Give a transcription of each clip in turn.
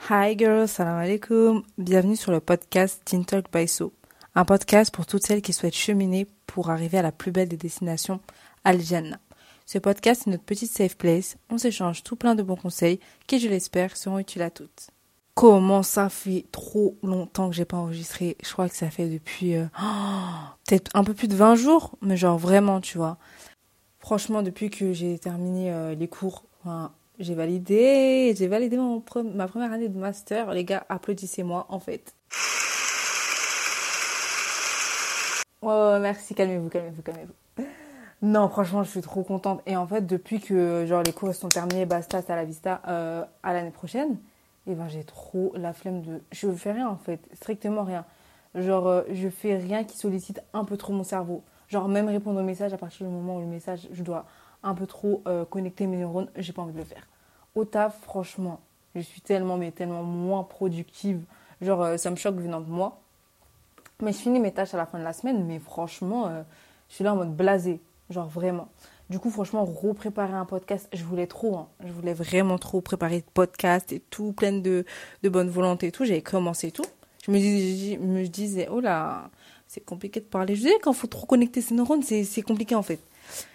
Hi girls, salam alaikum. Bienvenue sur le podcast Teen Talk by So, un podcast pour toutes celles qui souhaitent cheminer pour arriver à la plus belle des destinations, Al Jannah. Ce podcast est notre petite safe place. On s'échange tout plein de bons conseils qui, je l'espère, seront utiles à toutes. Comment ça fait trop longtemps que j'ai pas enregistré? Je crois que ça fait depuis peut-être un peu plus de 20 jours, mais genre vraiment, tu vois. Franchement, depuis que j'ai terminé les cours, j'ai validé ma première année de master. Les gars, applaudissez-moi, en fait. Oh, merci, calmez-vous. Non, franchement, je suis trop contente. Et en fait, depuis que genre les cours sont terminés, basta, hasta la vista, à l'année prochaine, et ben j'ai trop la flemme de... Je fais rien, en fait, strictement rien. Genre, je fais rien qui sollicite un peu trop mon cerveau. Genre, même répondre aux messages, à partir du moment où le message, je dois un peu trop connecter mes neurones, j'ai pas envie de le faire. Au taf, franchement, je suis tellement moins productive. Genre, ça me choque venant de moi. Mais je finis mes tâches à la fin de la semaine, mais franchement, je suis là en mode blasé. Genre, vraiment. Du coup, franchement, repréparer un podcast, je voulais trop. Je voulais vraiment trop préparer le podcast et tout, pleine de bonne volonté et tout. J'avais commencé et tout. Je me disais, oh là, c'est compliqué de parler. Je disais, quand il faut trop connecter ses neurones, c'est compliqué en fait.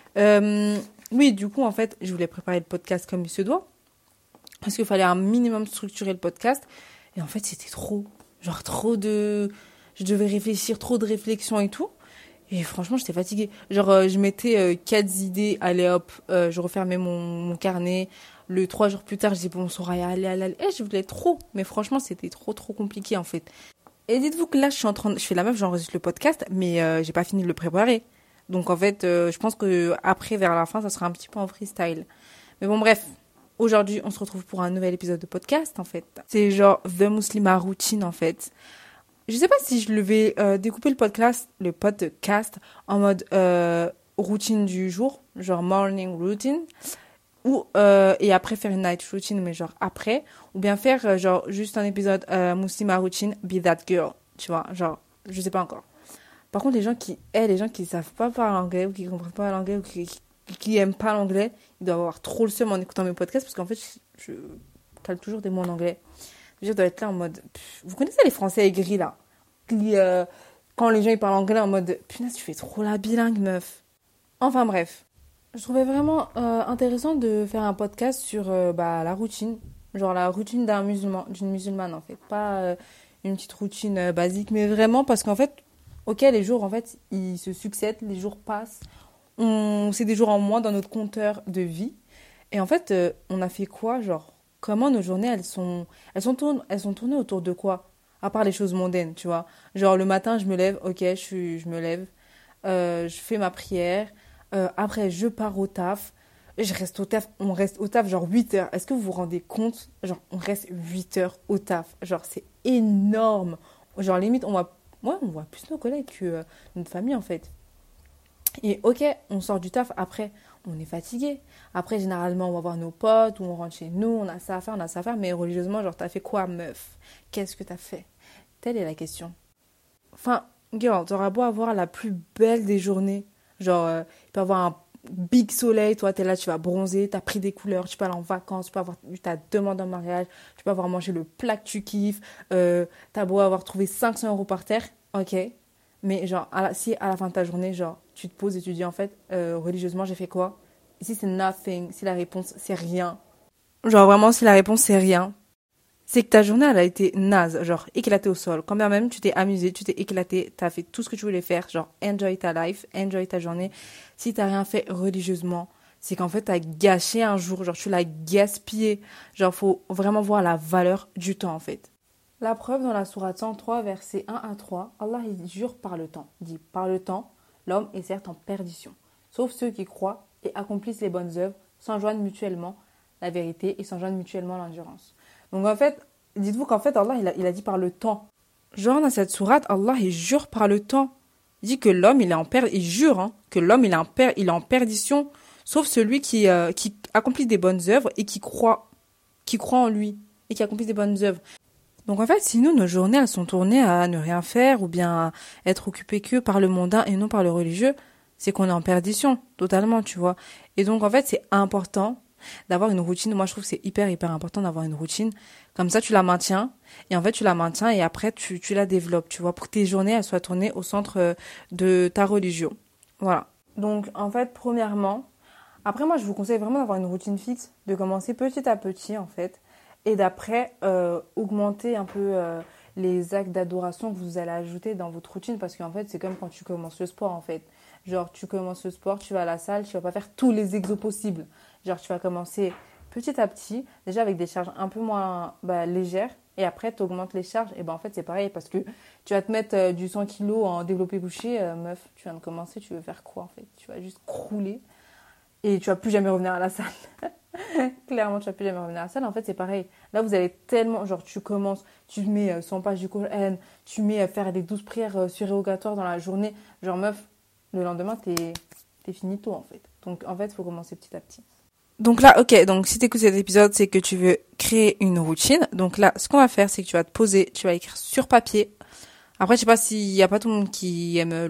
Oui, du coup, en fait, je voulais préparer le podcast comme il se doit. Parce qu'il fallait un minimum structurer le podcast. Et en fait, c'était trop. Genre, je devais réfléchir, trop de réflexion et tout. Et franchement, j'étais fatiguée. Genre, je mettais 4 idées, allez hop, je refermais mon carnet. 3 jours plus tard, je disais, bon, Soraya, allez. Et je voulais trop. Mais franchement, c'était trop compliqué, en fait. Et dites-vous que là, je fais la meuf, j'enregistre le podcast, mais j'ai pas fini de le préparer. Donc, en fait, je pense que après, vers la fin, ça sera un petit peu en freestyle. Mais bon, bref. Aujourd'hui, on se retrouve pour un nouvel épisode de podcast, en fait. C'est genre The Muslima Routine, en fait. Je sais pas si je vais découper le podcast en mode routine du jour, genre morning routine, ou et après faire une night routine, mais genre après, ou bien faire genre juste un épisode Muslima Routine, Be That Girl, tu vois, genre, je sais pas encore. Par contre, les gens qui savent pas parler anglais, ou qui comprennent pas l'anglais, ou qui aiment pas l'anglais, ils doivent avoir trop le seum en écoutant mes podcasts, parce qu'en fait, je cale toujours des mots en anglais. Je dois être là en mode... Vous connaissez les Français aigris, là quand les gens ils parlent anglais en mode... Punaise, tu fais trop la bilingue, meuf. Enfin, bref. Je trouvais vraiment intéressant de faire un podcast sur la routine. Genre la routine d'une musulmane, en fait. Pas une petite routine basique, mais vraiment parce qu'en fait... Ok, les jours, en fait, ils se succèdent, les jours passent. C'est des jours en moins dans notre compteur de vie. Et en fait, on a fait quoi, genre... Comment nos journées, elles sont tournées autour de quoi? À part les choses mondaines, tu vois. Genre, le matin, je me lève, ok, je me lève, je fais ma prière, après, je pars au taf, on reste au taf genre 8 heures. Est-ce que vous vous rendez compte? Genre, on reste 8 heures au taf. Genre, c'est énorme. Genre, limite, on voit plus nos collègues que notre famille, en fait. Et ok, on sort du taf, après, on est fatigué. Après, généralement, on va voir nos potes, ou on rentre chez nous, on a ça à faire, mais religieusement, genre, t'as fait quoi, meuf? Qu'est-ce que t'as fait? Telle est la question. Enfin, girl, t'auras beau avoir la plus belle des journées. Genre, il peut y avoir un big soleil, toi, t'es là, tu vas bronzer, t'as pris des couleurs, tu peux aller en vacances, tu peux avoir eu ta demande en mariage, tu peux avoir mangé le plat que tu kiffes, t'as beau avoir trouvé 500 € par terre, ok. Mais genre, si à la fin de ta journée, genre, tu te poses et tu dis, en fait, religieusement, j'ai fait quoi? Et si c'est nothing, si la réponse, c'est rien. Genre, vraiment, si la réponse, c'est rien, c'est que ta journée, elle a été naze, genre, éclatée au sol. Quand bien même, tu t'es amusé, tu t'es éclaté, t'as fait tout ce que tu voulais faire, genre, enjoy ta life, enjoy ta journée. Si t'as rien fait religieusement, c'est qu'en fait, t'as gâché un jour, genre, tu l'as gaspillé. Genre, faut vraiment voir la valeur du temps, en fait. La preuve dans la sourate 103, versets 1 à 3, Allah il jure par le temps. Il dit, par le temps, l'homme est certes en perdition, sauf ceux qui croient et accomplissent les bonnes œuvres, s'enjoignent mutuellement la vérité et s'enjoignent mutuellement l'endurance. Donc en fait, dites-vous qu'en fait Allah il a dit par le temps. Genre dans cette sourate, Allah il jure par le temps. Il dit que l'homme il jure que l'homme il est en perdition, sauf celui qui accomplit des bonnes œuvres et qui croit en lui et qui accomplit des bonnes œuvres. Donc en fait, si nous, nos journées, elles sont tournées à ne rien faire ou bien à être occupées que par le mondain et non par le religieux, c'est qu'on est en perdition, totalement, tu vois. Et donc en fait, c'est important d'avoir une routine. Moi, je trouve que c'est hyper important d'avoir une routine. Comme ça, tu la maintiens. Et en fait, tu la maintiens et après, tu la développes, tu vois, pour que tes journées, elles soient tournées au centre de ta religion. Voilà. Donc, en fait, premièrement, après, moi, je vous conseille vraiment d'avoir une routine fixe, de commencer petit à petit, en fait, et d'après, augmenter un peu les actes d'adoration que vous allez ajouter dans votre routine, parce qu'en fait, c'est comme quand tu commences le sport, en fait. Genre, tu commences le sport, tu vas à la salle, tu vas pas faire tous les exos possibles. Genre, tu vas commencer petit à petit, déjà avec des charges un peu moins légères, et après, tu augmentes les charges. Et ben en fait, c'est pareil, parce que tu vas te mettre du 100 kilos en développé couché, meuf, tu viens de commencer, tu veux faire quoi, en fait? Tu vas juste crouler, et tu vas plus jamais revenir à la salle. Clairement, tu vas plus jamais revenir à la salle. En fait, c'est pareil. Là, vous allez tellement, genre, tu commences, tu mets 100 pages du Coran, tu mets faire les 12 prières surérogatoires dans la journée. Genre, meuf, le lendemain, t'es finito, en fait. Donc, en fait, il faut commencer petit à petit. Donc là, ok, donc si t'écoutes cet épisode, c'est que tu veux créer une routine. Donc là, ce qu'on va faire, c'est que tu vas te poser, tu vas écrire sur papier. Après, je sais pas s'il y a pas tout le monde qui aime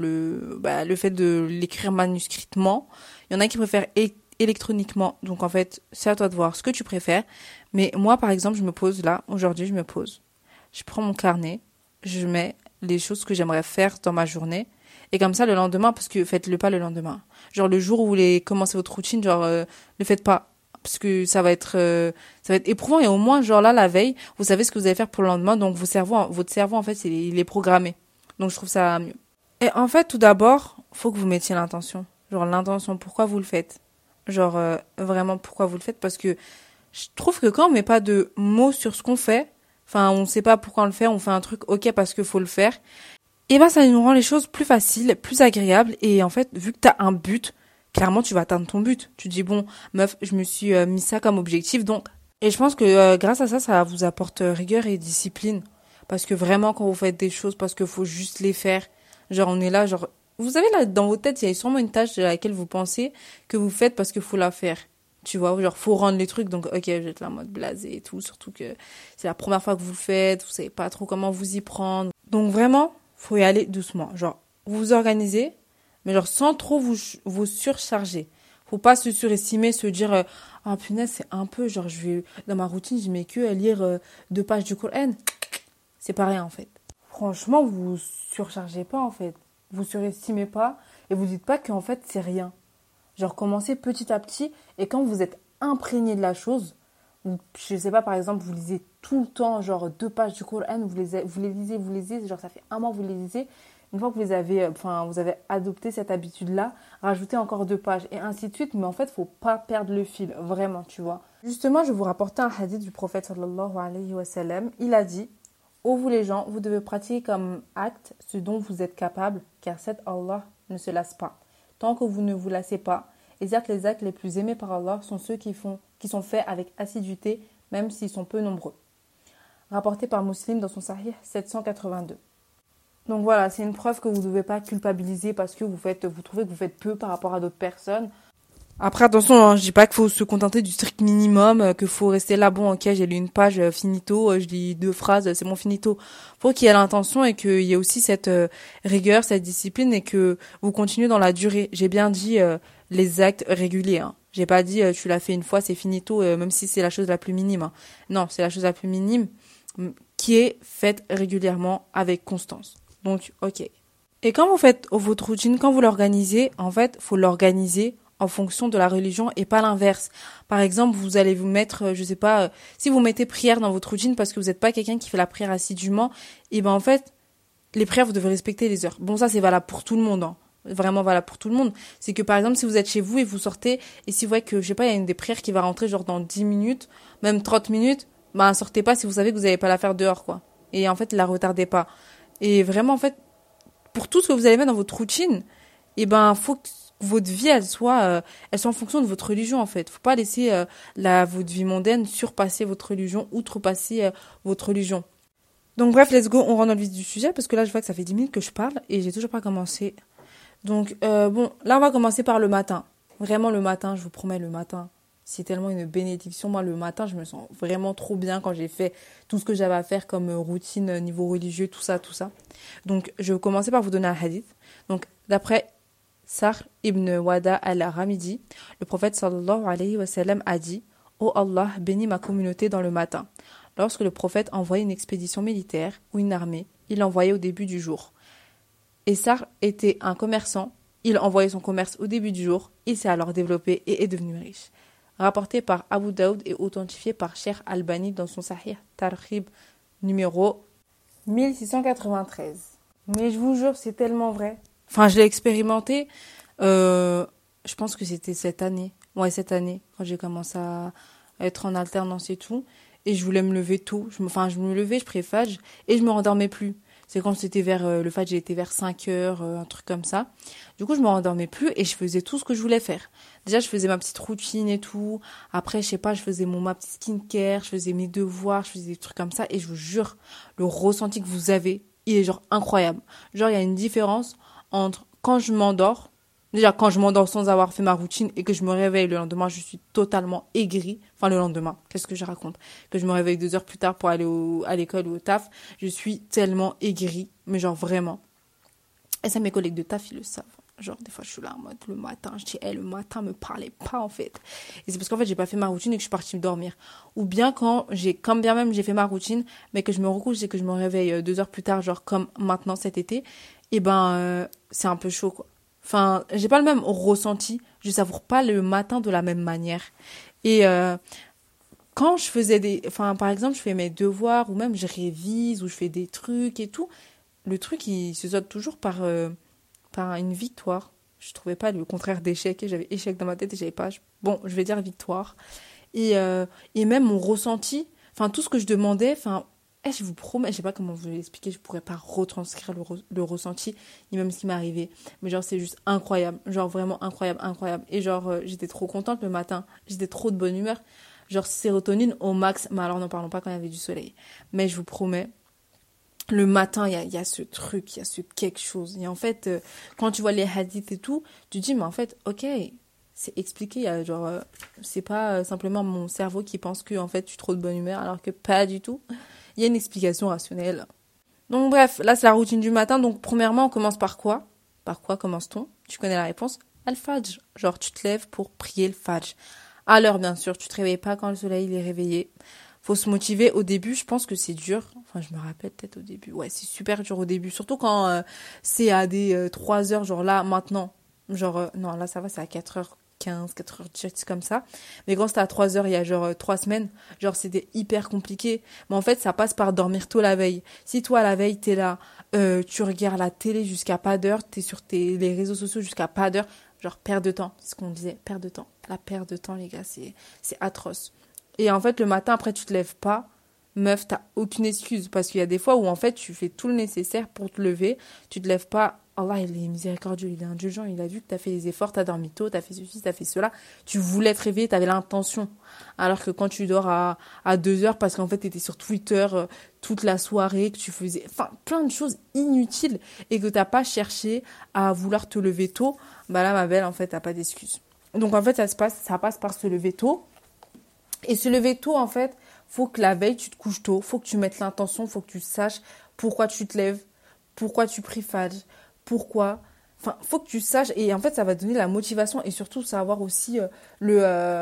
le fait de l'écrire manuscritement. Il y en a qui préfèrent électroniquement. Donc en fait, c'est à toi de voir ce que tu préfères. Mais moi, par exemple, je me pose là, aujourd'hui, je me pose. Je prends mon carnet, je mets les choses que j'aimerais faire dans ma journée. Et comme ça, le lendemain, parce que faites-le pas le lendemain. Genre le jour où vous voulez commencer votre routine, genre le faites pas. Parce que ça va être éprouvant. Et au moins, genre là, la veille, vous savez ce que vous allez faire pour le lendemain. Donc votre cerveau, en fait, il est programmé. Donc je trouve ça mieux. Et en fait, tout d'abord, faut que vous mettiez l'intention. Genre l'intention, pourquoi vous le faites. Genre vraiment, pourquoi vous le faites. Parce que je trouve que quand on met pas de mots sur ce qu'on fait, enfin, on sait pas pourquoi on le fait, on fait un truc, ok, parce qu'il faut le faire. Et ben ça nous rend les choses plus faciles, plus agréables. Et en fait, vu que t'as un but, clairement tu vas atteindre ton but. Tu te dis bon, meuf, je me suis mis ça comme objectif, donc. Et je pense que grâce à ça, ça vous apporte rigueur et discipline. Parce que vraiment, quand vous faites des choses, parce qu'il faut juste les faire. Genre on est là, genre vous savez là dans votre tête, il y a sûrement une tâche à laquelle vous pensez que vous faites parce qu'il faut la faire. Tu vois, genre faut rendre les trucs, donc ok, vous êtes là en mode blasé et tout, surtout que c'est la première fois que vous le faites, vous savez pas trop comment vous y prendre. Donc vraiment, faut y aller doucement. Genre, vous vous organisez, mais genre sans trop vous surcharger. Faut pas se surestimer, se dire ah punaise, c'est un peu, genre je vais dans ma routine, je mets que à lire 2 pages du Coran. C'est pas rien en fait. Franchement, vous vous surchargez pas en fait. Vous surestimez pas et vous dites pas qu'en fait c'est rien. Genre commencez petit à petit et quand vous êtes imprégné de la chose, je sais pas, par exemple, vous lisez tout le temps, genre 2 pages du Coran, vous les lisez, genre ça fait un mois que vous les lisez. Une fois que vous avez adopté cette habitude-là, rajoutez encore 2 pages et ainsi de suite. Mais en fait, faut pas perdre le fil, vraiment, tu vois. Justement, je vais vous rapporter un hadith du prophète sallallahu alayhi wa sallam. Il a dit, ô vous les gens, vous devez pratiquer comme acte ce dont vous êtes capable, car cet Allah ne se lasse pas. Tant que vous ne vous lassez pas, et certes, les actes les plus aimés par Allah sont ceux qui sont faits avec assiduité, même s'ils sont peu nombreux. Rapporté par Muslim dans son Sahih 782. Donc voilà, c'est une preuve que vous ne devez pas culpabiliser parce que vous trouvez que vous faites peu par rapport à d'autres personnes. Après, attention, hein, je dis pas qu'il faut se contenter du strict minimum, qu'il faut rester là, bon, ok, j'ai lu une page, finito, je lis 2 phrases, c'est mon finito. Faut qu'il y ait l'intention et qu'il y ait aussi cette rigueur, cette discipline et que vous continuez dans la durée. J'ai bien dit les actes réguliers, hein. J'ai pas dit tu l'as fait une fois, c'est finito, même si c'est la chose la plus minime. Hein. Non, c'est la chose la plus minime qui est faite régulièrement avec constance. Donc, ok. Et quand vous faites votre routine, quand vous l'organisez, en fait, faut l'organiser en fonction de la religion et pas l'inverse. Par exemple, vous allez vous mettre, je sais pas, si vous mettez prière dans votre routine parce que vous n'êtes pas quelqu'un qui fait la prière assidûment, et ben en fait, les prières, vous devez respecter les heures. Bon, ça, c'est valable pour tout le monde, hein. Vraiment valable pour tout le monde. C'est que par exemple, si vous êtes chez vous et vous sortez, et si vous voyez que, je sais pas, il y a une des prières qui va rentrer genre dans 10 minutes, même 30 minutes, ben sortez pas si vous savez que vous n'allez pas la faire dehors, quoi. Et en fait, la retardez pas. Et vraiment, en fait, pour tout ce que vous allez mettre dans votre routine, et ben faut que votre vie elle soit en fonction de votre religion en fait. Faut pas laisser votre vie mondaine surpasser votre religion, outrepasser votre religion. Donc bref, let's go, on rentre dans le vif du sujet parce que là je vois que ça fait 10 minutes que je parle et j'ai toujours pas commencé. Donc bon, là on va commencer par le matin. Vraiment le matin, je vous promets le matin. C'est tellement une bénédiction. Moi, le matin, je me sens vraiment trop bien quand j'ai fait tout ce que j'avais à faire comme routine, niveau religieux, tout ça, tout ça. Donc, je vais commencer par vous donner un hadith. Donc, d'après Sahr ibn Wada al-Ramidi, le prophète sallallahu alayhi wa sallam a dit: Ô Allah, bénis ma communauté dans le matin. Lorsque le prophète envoyait une expédition militaire ou une armée, il l'envoyait au début du jour. Et Sahr était un commerçant, il envoyait son commerce au début du jour, il s'est alors développé et est devenu riche. Rapporté par Abu Daoud et authentifié par Cheikh Albani dans son Sahih Targhib numéro 1693. Mais je vous jure, c'est tellement vrai. Enfin, je l'ai expérimenté, je pense que c'était cette année. Ouais, cette année, quand j'ai commencé à être en alternance et tout. Et je voulais me lever tôt. Je me levais, je priais Fajr et je me rendormais plus. C'est quand c'était vers le Fajr, j'ai été vers 5 heures, un truc comme ça. Du coup, je me rendormais plus et je faisais tout ce que je voulais faire. Déjà, je faisais ma petite routine et tout. Après, je sais pas, je faisais ma petite skincare, je faisais mes devoirs, je faisais des trucs comme ça. Et je vous jure, le ressenti que vous avez, il est genre incroyable. Genre, il y a une différence entre quand je m'endors. Déjà, quand je m'endors sans avoir fait ma routine et que je me réveille le lendemain, je suis totalement aigrie. Enfin, le lendemain, qu'est-ce que je raconte? Que je me réveille 2 heures plus tard pour aller à l'école ou au taf, je suis tellement aigrie, mais genre vraiment. Et ça, mes collègues de taf, ils le savent. Genre, des fois, je suis là en mode le matin, je dis, le matin, me parlez pas, en fait. Et c'est parce qu'en fait, j'ai pas fait ma routine et que je suis partie dormir. Ou bien quand quand bien même j'ai fait ma routine, mais que je me recouche et que je me réveille 2 heures plus tard, genre comme maintenant cet été, et c'est un peu chaud, quoi. Enfin, j'ai pas le même ressenti, je savoure pas le matin de la même manière. Et quand je faisais par exemple, je fais mes devoirs ou même je révise ou je fais des trucs et tout, le truc il se solde toujours par une victoire. Je trouvais pas le contraire d'échec et j'avais échec dans ma tête et j'avais pas. Bon, je vais dire victoire. Et même mon ressenti, enfin tout ce que je demandais, enfin. Je vous promets, je sais pas comment vous l'expliquer, je pourrais pas retranscrire le ressenti, ni même ce qui m'est arrivé. Mais genre, c'est juste incroyable. Genre, vraiment incroyable, incroyable. Et genre, j'étais trop contente le matin. J'étais trop de bonne humeur. Genre, sérotonine au max. Mais alors, n'en parlons pas quand il y avait du soleil. Mais je vous promets, le matin, il y a ce truc, il y a ce quelque chose. Et en fait, quand tu vois les hadiths et tout, tu te dis, mais en fait, ok, c'est expliqué. C'est pas simplement mon cerveau qui pense que, en fait, je suis trop de bonne humeur, alors que pas du tout. Il y a une explication rationnelle. Donc bref, là c'est la routine du matin. Donc premièrement, on commence par quoi? Par quoi commence-t-on? Tu connais la réponse? Al-Fajr. Genre tu te lèves pour prier le Fajr. À l'heure bien sûr, tu te réveilles pas quand le soleil est réveillé. Faut se motiver au début, je pense que c'est dur. Enfin, je me rappelle peut-être au début. Ouais, c'est super dur au début. Surtout quand c'est à des 3 heures, genre là, maintenant. Genre, non, là ça va, c'est à 4h15, 4h10, c'est comme ça. Mais quand c'était à 3 heures, il y a genre 3 semaines, genre c'était hyper compliqué. Mais en fait, ça passe par dormir tôt la veille. Si toi, la veille, t'es là, tu regardes la télé jusqu'à pas d'heure, t'es sur les réseaux sociaux jusqu'à pas d'heure, genre perte de temps. C'est ce qu'on disait, perte de temps. La perte de temps, les gars, c'est atroce. Et en fait, le matin, après, tu te lèves pas. Meuf, t'as aucune excuse. Parce qu'il y a des fois où, en fait, tu fais tout le nécessaire pour te lever. Tu te lèves pas. Allah, il est miséricordieux, il est indulgent. Il a vu que t'as fait les efforts, t'as dormi tôt, t'as fait ceci, t'as fait cela. Tu voulais te réveiller, t'avais l'intention. Alors que quand tu dors à 2 heures, parce qu'en fait, t'étais sur Twitter toute la soirée, que tu faisais, enfin, plein de choses inutiles et que t'as pas cherché à vouloir te lever tôt, bah là, ma belle, en fait, t'as pas d'excuse. Donc, en fait, ça passe par se lever tôt. Et se lever tôt, en fait, faut que la veille, tu te couches tôt. Faut que tu mettes l'intention. Faut que tu saches pourquoi tu te lèves. Pourquoi tu pries Fajr. Pourquoi. Enfin, faut que tu saches. Et en fait, ça va donner la motivation. Et surtout, savoir aussi le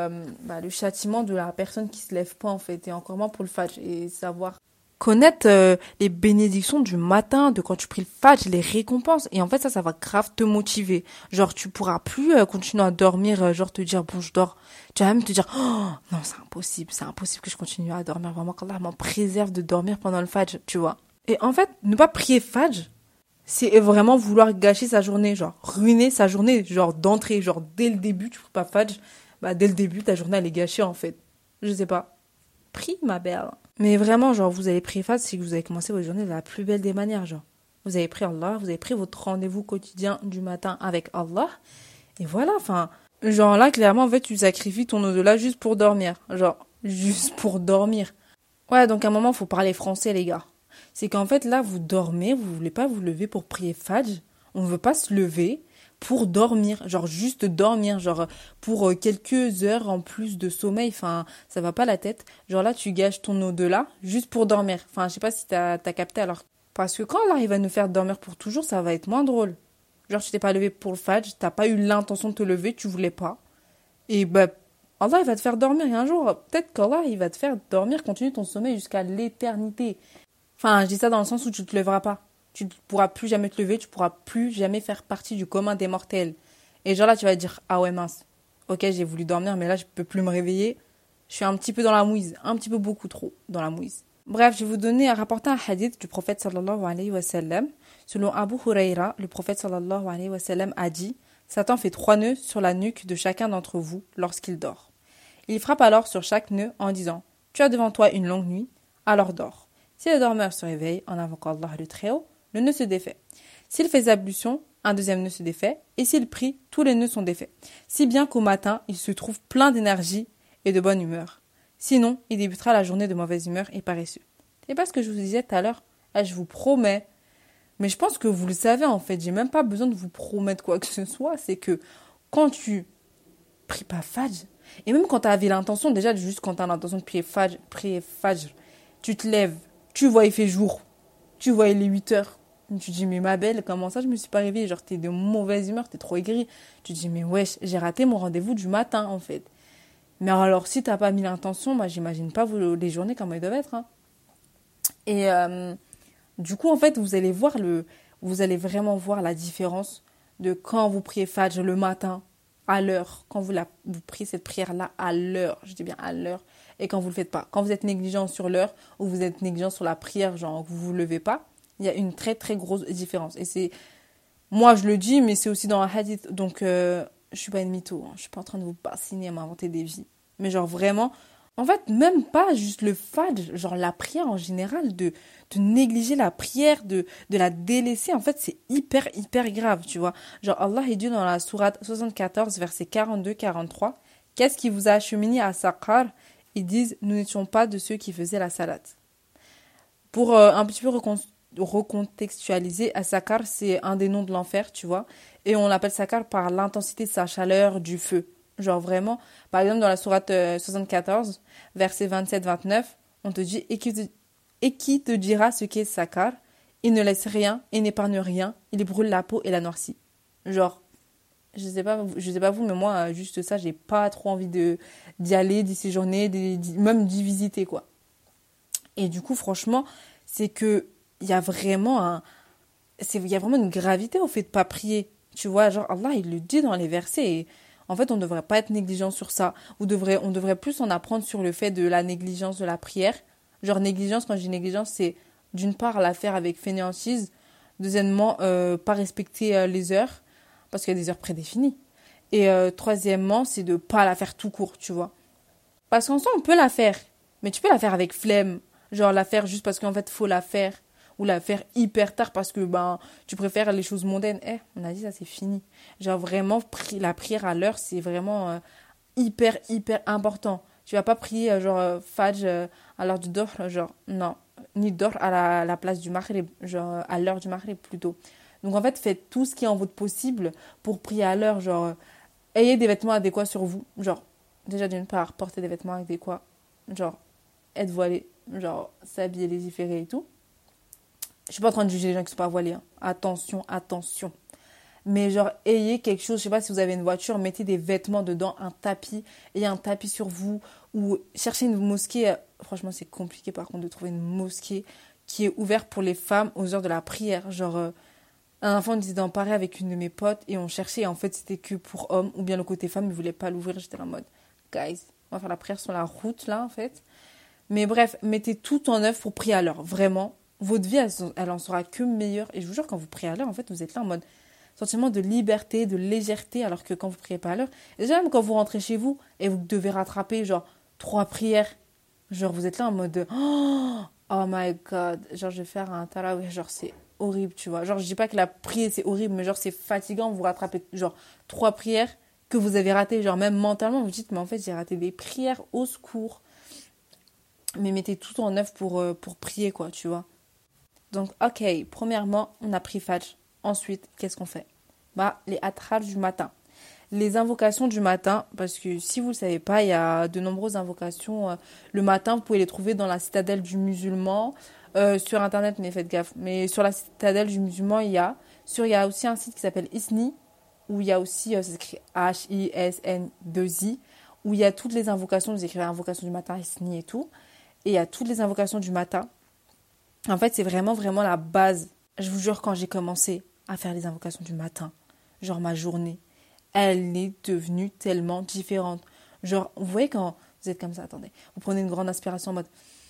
châtiment de la personne qui se lève pas, en fait. Et encore moins pour le Fajr. Et savoir connaître les bénédictions du matin, de quand tu pries le Fajr, les récompenses. Et en fait, ça va grave te motiver. Genre, tu pourras plus continuer à dormir, genre te dire, bon, je dors. Tu vas même te dire, oh, non, c'est impossible que je continue à dormir. Vraiment, qu'Allah m'en préserve de dormir pendant le Fajr, tu vois. Et en fait, ne pas prier Fajr, c'est vraiment vouloir gâcher sa journée, genre ruiner sa journée, genre d'entrée, genre dès le début, tu pries pas Fajr, bah dès le début, ta journée, elle est gâchée, en fait. Je sais pas. Prie, ma belle. Mais vraiment, genre, vous avez prié Fajr, c'est que vous avez commencé votre journée de la plus belle des manières, genre. Vous avez pris Allah, vous avez pris votre rendez-vous quotidien du matin avec Allah. Et voilà, enfin, genre là, clairement, en fait, tu sacrifies ton au-delà juste pour dormir. Genre, juste pour dormir. Ouais, donc à un moment, faut parler français, les gars. C'est qu'en fait, là, vous dormez, vous voulez pas vous lever pour prier Fajr. On veut pas se lever pour dormir. Genre, juste dormir. Genre, pour quelques heures en plus de sommeil. Enfin, ça va pas la tête. Genre là, tu gâches ton au-delà juste pour dormir. Enfin, je sais pas si t'as capté alors. Parce que quand Allah, il va nous faire dormir pour toujours, ça va être moins drôle. Genre, tu t'es pas levé pour le Fajr, t'as pas eu l'intention de te lever, tu voulais pas. Et bah, Allah, il va te faire dormir. Et un jour, peut-être qu'Allah, il va te faire dormir, continuer ton sommeil jusqu'à l'éternité. Enfin, je dis ça dans le sens où tu te lèveras pas. Tu ne pourras plus jamais te lever, tu pourras plus jamais faire partie du commun des mortels. Et genre là, tu vas te dire, ah ouais, mince. Ok, j'ai voulu dormir, mais là, je peux plus me réveiller. Je suis un petit peu dans la mouise, un petit peu beaucoup trop dans la mouise. Bref, je vais vous donner à rapporter un hadith du prophète sallallahu alayhi wa sallam. Selon Abu Huraira, le prophète sallallahu alayhi wa sallam a dit: Satan fait 3 nœuds sur la nuque de chacun d'entre vous lorsqu'il dort. Il frappe alors sur chaque nœud en disant: Tu as devant toi une longue nuit, alors dors. Si le dormeur se réveille en invoquant Allah le Très-Haut, le nœud se défait. S'il fait ablution, un deuxième nœud se défait, et s'il prie, tous les nœuds sont défaits. Si bien qu'au matin, il se trouve plein d'énergie et de bonne humeur. Sinon, il débutera la journée de mauvaise humeur et paresseux. C'est pas ce que je vous disais tout à l'heure. Je vous promets. Mais je pense que vous le savez en fait. J'ai même pas besoin de vous promettre quoi que ce soit. C'est que quand tu pries pas Fajr, et même quand tu avais l'intention, déjà juste quand tu as l'intention de prier Fajr, tu te lèves, tu vois il fait jour, tu vois il est 8 heures. Tu te dis mais ma belle, comment ça je me suis pas réveillée? Genre t'es de mauvaise humeur, t'es trop aigrie. Tu te dis mais wesh, j'ai raté mon rendez-vous du matin en fait. Mais alors, si t'as pas mis l'intention, moi, j'imagine pas les journées comment elles doivent être. Hein. Et du coup, en fait, vous allez vraiment voir la différence de quand vous priez Fajr le matin, à l'heure, quand vous priez cette prière-là à l'heure, je dis bien à l'heure, et quand vous le faites pas. Quand vous êtes négligent sur l'heure ou vous êtes négligent sur la prière, genre vous vous levez pas, il y a une très très grosse différence. Et c'est, moi je le dis, mais c'est aussi dans un hadith, donc je suis pas une mytho, hein. Je suis pas en train de vous bassiner à m'inventer des vies. Mais genre vraiment, en fait, même pas juste le Fajr, genre la prière en général, de négliger la prière, de la délaisser, en fait, c'est hyper, hyper grave, tu vois. Genre Allah il dit dans la sourate 74, versets 42-43, qu'est-ce qui vous a acheminé à Saqar? Ils disent, nous n'étions pas de ceux qui faisaient la salate. Pour un petit peu recontextualiser, Saqar, c'est un des noms de l'enfer, tu vois. Et on l'appelle Saqar par l'intensité de sa chaleur, du feu. Genre vraiment, par exemple dans la sourate 74, verset 27-29, on te dit et qui te dira ce qu'est Saqar? Il ne laisse rien et n'épargne rien, il brûle la peau et la noircit. Genre, je sais pas vous, mais moi, juste ça, j'ai pas trop envie d'y aller, d'y séjourner, même d'y visiter, quoi. Et du coup, franchement, c'est que il y a vraiment une gravité au fait de pas prier. Tu vois, genre Allah, il le dit dans les versets et en fait, on ne devrait pas être négligent sur ça. On devrait plus en apprendre sur le fait de la négligence de la prière. Genre négligence, quand je dis négligence, c'est d'une part la faire avec fainéantise, deuxièmement, pas respecter les heures, parce qu'il y a des heures prédéfinies. Et troisièmement, c'est de pas la faire tout court, tu vois. Parce qu'en soi, on peut la faire, mais tu peux la faire avec flemme. Genre la faire juste parce qu'en fait, faut la faire. Ou la faire hyper tard parce que tu préfères les choses mondaines. On a dit ça, c'est fini. Genre vraiment, la prière à l'heure, c'est vraiment hyper, hyper important. Tu vas pas prier Fajr à l'heure du Dohr, genre non. Ni Dohr à la place du Maghrib, genre à l'heure du Maghrib plutôt. Donc en fait, faites tout ce qui est en votre possible pour prier à l'heure. Genre, ayez des vêtements adéquats sur vous. Genre, déjà d'une part, portez des vêtements adéquats. Genre, être voilé. Genre, s'habiller, légiférer et tout. Je suis pas en train de juger les gens qui sont pas voilés. Hein. Attention, attention. Mais genre, ayez quelque chose, je sais pas si vous avez une voiture, mettez des vêtements dedans, un tapis, ayez un tapis sur vous, ou cherchez une mosquée. Franchement, c'est compliqué par contre de trouver une mosquée qui est ouverte pour les femmes aux heures de la prière. Genre, un enfant me disait d'en parler avec une de mes potes et on cherchait, et en fait, c'était que pour hommes, ou bien le côté femme, ils voulaient pas l'ouvrir. J'étais là en mode, guys, on va faire la prière sur la route là, en fait. Mais bref, mettez tout en œuvre pour prier à l'heure, vraiment. Votre vie, elle en sera que meilleure. Et je vous jure, quand vous priez à l'heure, en fait, vous êtes là en mode sentiment de liberté, de légèreté, alors que quand vous priez pas à l'heure, et déjà même quand vous rentrez chez vous et vous devez rattraper genre 3 prières, genre vous êtes là en mode oh my god, genre je vais faire un tarawih, genre c'est horrible, tu vois. Genre je dis pas que la prière c'est horrible, mais genre c'est fatigant, vous rattrapez genre 3 prières que vous avez ratées, genre même mentalement vous dites mais en fait j'ai raté des prières, au secours. Mais mettez tout en œuvre pour prier quoi, tu vois. Donc, ok, premièrement, on a pris Fajr. Ensuite, qu'est-ce qu'on fait? Les adhkar du matin. Les invocations du matin, parce que si vous ne le savez pas, il y a de nombreuses invocations. Le matin, vous pouvez les trouver dans la citadelle du musulman. Sur Internet, mais faites gaffe. Mais sur la citadelle du musulman, il y a. Il y a aussi un site qui s'appelle Isni, où il y a aussi, ça s'écrit HISN2I, où il y a toutes les invocations, vous écrivez invocation du matin, Isni et tout. Et il y a toutes les invocations du matin. En fait, c'est vraiment, vraiment la base. Je vous jure, quand j'ai commencé à faire les invocations du matin, genre ma journée, elle est devenue tellement différente. Genre, vous voyez quand vous êtes comme ça, attendez, vous prenez une grande inspiration en mode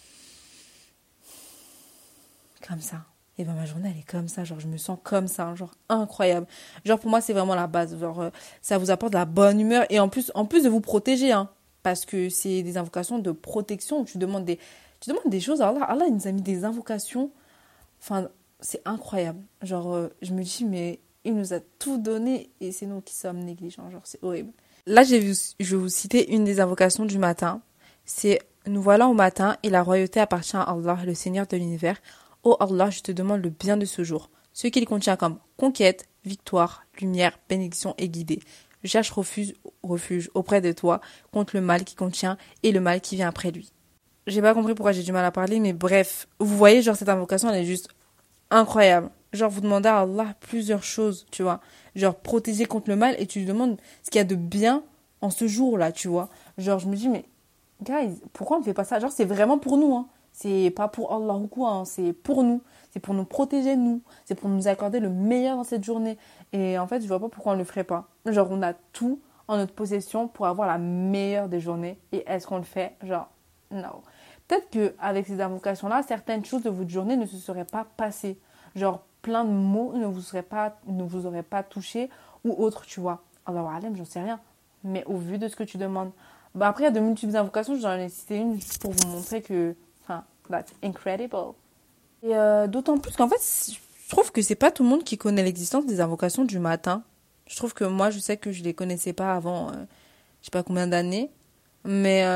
comme ça. Et ben ma journée, elle est comme ça, genre je me sens comme ça, genre incroyable. Genre pour moi, c'est vraiment la base. Genre ça vous apporte de la bonne humeur et en plus de vous protéger, hein, parce que c'est des invocations de protection où tu demandes des choses à Allah. Allah, il nous a mis des invocations. Enfin, c'est incroyable. Genre, je me dis, mais il nous a tout donné et c'est nous qui sommes négligents. Genre, c'est horrible. Là, je vais vous citer une des invocations du matin. C'est nous voilà au matin et la royauté appartient à Allah, le Seigneur de l'univers. Ô Allah, je te demande le bien de ce jour, ce qu'il contient comme conquête, victoire, lumière, bénédiction et guidée. Je cherche refuge auprès de toi contre le mal qui contient et le mal qui vient après lui. J'ai pas compris pourquoi j'ai du mal à parler, mais bref, vous voyez, genre cette invocation, elle est juste incroyable. Genre vous demandez à Allah plusieurs choses, tu vois. Genre protéger contre le mal et tu lui demandes ce qu'il y a de bien en ce jour-là, tu vois. Genre je me dis, mais guys, pourquoi on ne fait pas ça? Genre c'est vraiment pour nous, hein. C'est pas pour Allah ou quoi, hein. C'est pour nous. C'est pour nous protéger, nous. C'est pour nous accorder le meilleur dans cette journée. Et en fait, je vois pas pourquoi on le ferait pas. Genre on a tout en notre possession pour avoir la meilleure des journées. Et est-ce qu'on le fait? Genre, non. Peut-être qu'avec ces invocations-là, certaines choses de votre journée ne se seraient pas passées. Genre, plein de mots ne vous auraient pas touché ou autre, tu vois. Alors, Alem, j'en sais rien. Mais au vu de ce que tu demandes. Bah après, il y a de multiples invocations. J'en ai cité une juste pour vous montrer que, enfin, that's incredible. Et d'autant plus qu'en fait, je trouve que c'est pas tout le monde qui connaît l'existence des invocations du matin. Je trouve que moi, je sais que je les connaissais pas avant, je sais pas combien d'années. Mais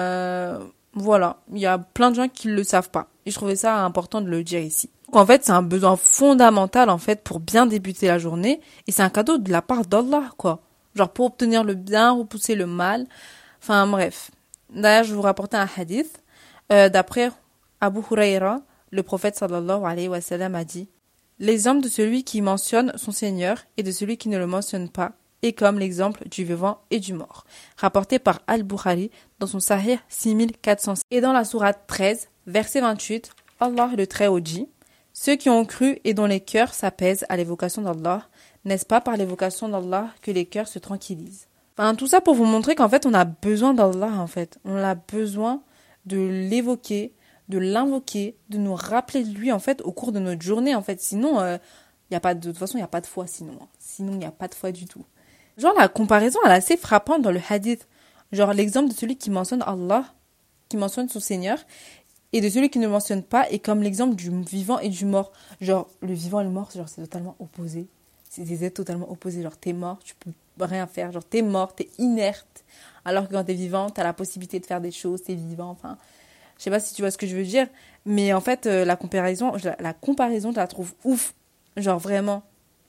voilà, il y a plein de gens qui le savent pas. Et je trouvais ça important de le dire ici. Donc en fait, c'est un besoin fondamental en fait pour bien débuter la journée. Et c'est un cadeau de la part d'Allah, quoi. Genre pour obtenir le bien, repousser le mal. Enfin bref. D'ailleurs, je vais vous rapporter un hadith. D'après Abu Huraira, le prophète sallallahu alayhi wa sallam a dit: l'exemple de celui qui mentionne son Seigneur et de celui qui ne le mentionne pas est comme l'exemple du vivant et du mort. Rapporté par Al-Bukhari dans son Sahih 6406. Et dans la sourate 13, verset 28, Allah le Très-Haut dit: ceux qui ont cru et dont les cœurs s'apaisent à l'évocation d'Allah, n'est-ce pas par l'évocation d'Allah que les cœurs se tranquillisent? Enfin, tout ça pour vous montrer qu'en fait, on a besoin d'Allah, en fait. On a besoin de l'évoquer, de l'invoquer, de nous rappeler de lui, en fait, au cours de notre journée, en fait. Sinon, y a pas de toute façon, il n'y a pas de foi, sinon. Sinon, il n'y a pas de foi du tout. Genre, la comparaison, elle est assez frappante dans le hadith. Genre, l'exemple de celui qui mentionne Allah, qui mentionne son Seigneur, et de celui qui ne mentionne pas, est comme l'exemple du vivant et du mort. Genre, le vivant et le mort, genre, c'est totalement opposé. C'est des êtres totalement opposés. Genre, t'es mort, tu peux rien faire. Genre, t'es mort, t'es inerte. Alors que quand t'es vivant, t'as la possibilité de faire des choses, t'es vivant. Enfin, je sais pas si tu vois ce que je veux dire. Mais en fait, la comparaison, je la trouve ouf. Genre, vraiment.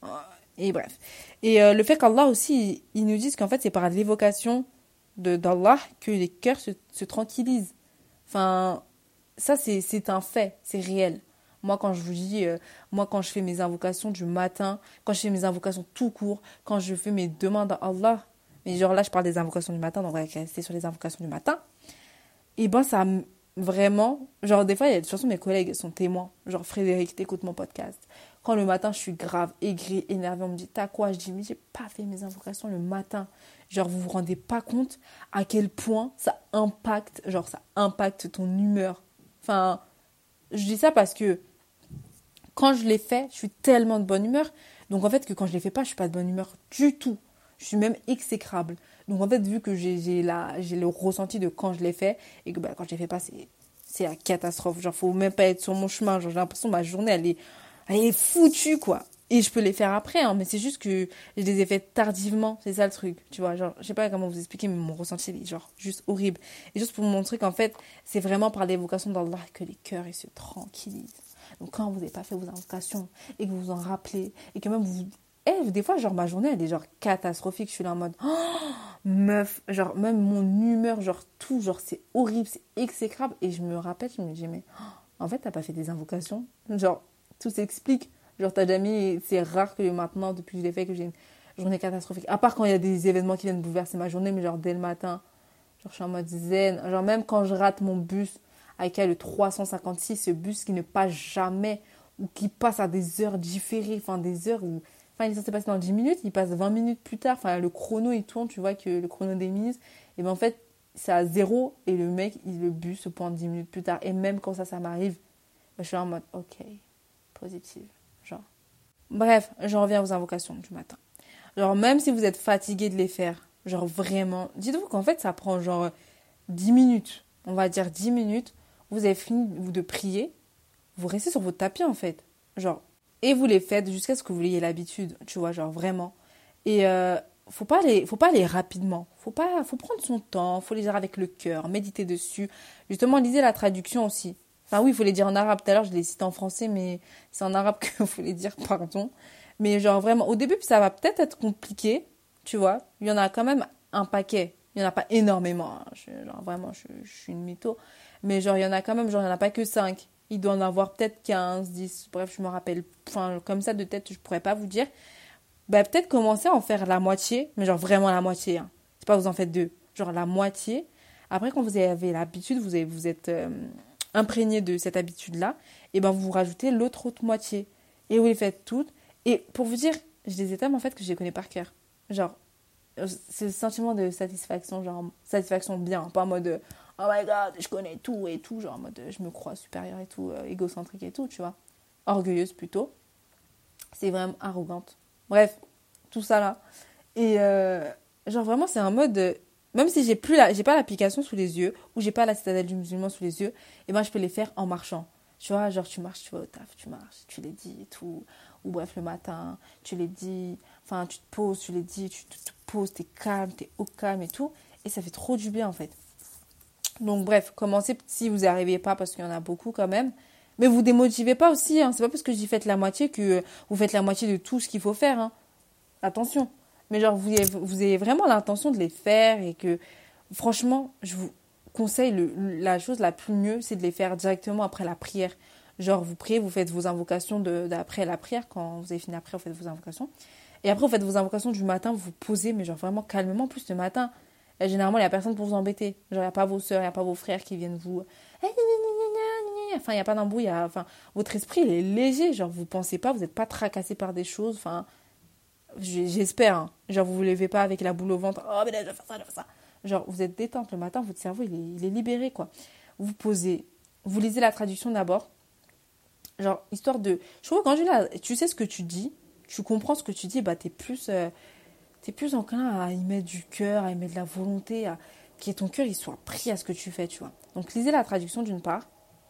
Et bref. Et le fait qu'Allah aussi, il nous dise qu'en fait, c'est par l'évocation d'Allah que les cœurs se tranquillisent. Enfin, ça, c'est un fait. C'est réel. Moi, quand je vous dis, moi, quand je fais mes invocations du matin, quand je fais mes invocations tout court, quand je fais mes demandes à Allah, mais genre là, je parle des invocations du matin, donc on va rester sur les invocations du matin, et ben, ça vraiment, genre des fois, il y a de toute façon, mes collègues sont témoins. Genre, Frédéric, t'écoutes mon podcast. Quand le matin, je suis grave aigrie, énervée, on me dit, t'as quoi? Je dis, mais j'ai pas fait mes invocations le matin. Genre, vous vous rendez pas compte à quel point ça impacte ton humeur. Enfin, je dis ça parce que quand je les fais, je suis tellement de bonne humeur. Donc en fait, que quand je les fais pas, je suis pas de bonne humeur du tout. Je suis même exécrable. Donc en fait, vu que j'ai le ressenti de quand je les fais, et que quand je les fais pas, c'est la catastrophe. Genre, faut même pas être sur mon chemin. Genre, j'ai l'impression que ma journée, elle est foutue, quoi. Et je peux les faire après, hein, mais c'est juste que je les ai fait tardivement. C'est ça le truc, tu vois. Genre, je sais pas comment vous expliquer, mais mon ressenti, il est genre juste horrible. Et juste pour vous montrer qu'en fait, c'est vraiment par l'évocation d'Allah que les cœurs, ils se tranquillisent. Donc quand vous n'avez pas fait vos invocations et que vous vous en rappelez et que même vous... des fois, genre, ma journée, elle est genre catastrophique. Je suis là en mode, oh, meuf, genre, même mon humeur, genre, tout, genre, c'est horrible, c'est exécrable. Et je me rappelle, je me dis, mais en fait, t'as pas fait des invocations. Genre, tout s'explique. Genre, t'as jamais... C'est rare que maintenant, depuis que je l'ai fait, que j'ai une journée catastrophique. À part quand il y a des événements qui viennent bouleverser ma journée, mais genre dès le matin, genre je suis en mode zen. Genre même quand je rate mon bus, avec le 356, ce bus qui ne passe jamais, ou qui passe à des heures différées, enfin des heures où... Enfin, il est censé passer dans 10 minutes, il passe 20 minutes plus tard. Enfin, le chrono, il tourne, tu vois que le chrono des minutes. Et ben en fait, c'est à zéro, et le mec, le bus se pointe 10 minutes plus tard. Et même quand ça m'arrive, ben, je suis en mode, ok, positive, genre. Bref, j'en reviens aux invocations du matin. Genre, même si vous êtes fatigué de les faire, genre vraiment, dites-vous qu'en fait, ça prend genre 10 minutes. On va dire 10 minutes. Vous avez fini de prier, vous restez sur votre tapis en fait. Genre, et vous les faites jusqu'à ce que vous ayez l'habitude, tu vois, genre vraiment. Et faut pas aller rapidement. Faut prendre son temps, faut les dire avec le cœur, méditer dessus. Justement, lisez la traduction aussi. Enfin oui, il faut les dire en arabe. Tout à l'heure, je les cite en français, mais c'est en arabe qu'il faut les dire, pardon. Mais genre vraiment, au début, ça va peut-être être compliqué, tu vois. Il y en a quand même un paquet. Il n'y en a pas énormément. Hein. Genre vraiment, je suis une mytho. Mais genre, il y en a quand même, genre, il n'y en a pas que 5. Il doit en avoir peut-être 15, 10. Bref, je me rappelle. Enfin, comme ça, de tête, je pourrais pas vous dire. Bah, peut-être commencer à en faire la moitié. Mais genre vraiment la moitié. Hein. C'est pas vous en faites 2. Genre la moitié. Après, quand vous avez l'habitude, vous êtes imprégné de cette habitude-là. Et ben, vous rajoutez l'autre moitié. Et vous les faites toutes. Et pour vous dire, je les ai tellement en fait que je les connais par cœur. Genre, c'est le sentiment de satisfaction, genre satisfaction bien, pas en mode oh my god, je connais tout et tout, genre en mode je me crois supérieure et tout, égocentrique et tout, tu vois. Orgueilleuse plutôt. C'est vraiment arrogante. Bref, tout ça là. Et genre vraiment, c'est un mode. Même si j'ai pas l'application sous les yeux, ou j'ai pas la citadelle du musulman sous les yeux, et ben je peux les faire en marchant. Tu vois, genre tu marches, tu vas au taf, tu marches, tu les dis et tout. Ou bref, le matin, tu les dis, enfin tu te poses, tu les dis, tu te poses, t'es calme, t'es au calme et tout. Et ça fait trop du bien en fait. Donc bref, commencez si vous n'y arrivez pas, parce qu'il y en a beaucoup quand même. Mais vous démotivez pas aussi, hein. C'est pas parce que j'y faites la moitié que vous faites la moitié de tout ce qu'il faut faire, hein. Attention. Mais genre, vous avez vraiment l'intention de les faire et que, franchement, je vous conseille la chose la plus mieux, c'est de les faire directement après la prière. Genre, vous priez, vous faites vos invocations d'après la prière. Quand vous avez fini après, vous faites vos invocations. Et après, vous faites vos invocations du matin, vous vous posez, mais genre vraiment calmement. En plus, le matin, généralement, il n'y a personne pour vous embêter. Genre, il n'y a pas vos soeurs, il n'y a pas vos frères qui viennent vous... Enfin, il n'y a pas d'embrouille. Enfin, votre esprit, il est léger. Genre, vous ne pensez pas, vous n'êtes pas tracassé par des choses. Enfin, j'espère. Hein. Genre, vous ne vous levez pas avec la boule au ventre. Oh, mais là, je vais faire ça, je vais faire ça. Genre, vous êtes détente le matin, votre cerveau, il est libéré, quoi. Vous posez, vous lisez la traduction d'abord. Genre, histoire de... Je trouve que quand tu sais ce que tu dis, tu comprends ce que tu dis, bah, t'es plus enclin à y mettre du cœur, à y mettre de la volonté, à que ton cœur, il soit pris à ce que tu fais, tu vois. Donc, lisez la traduction d'une part.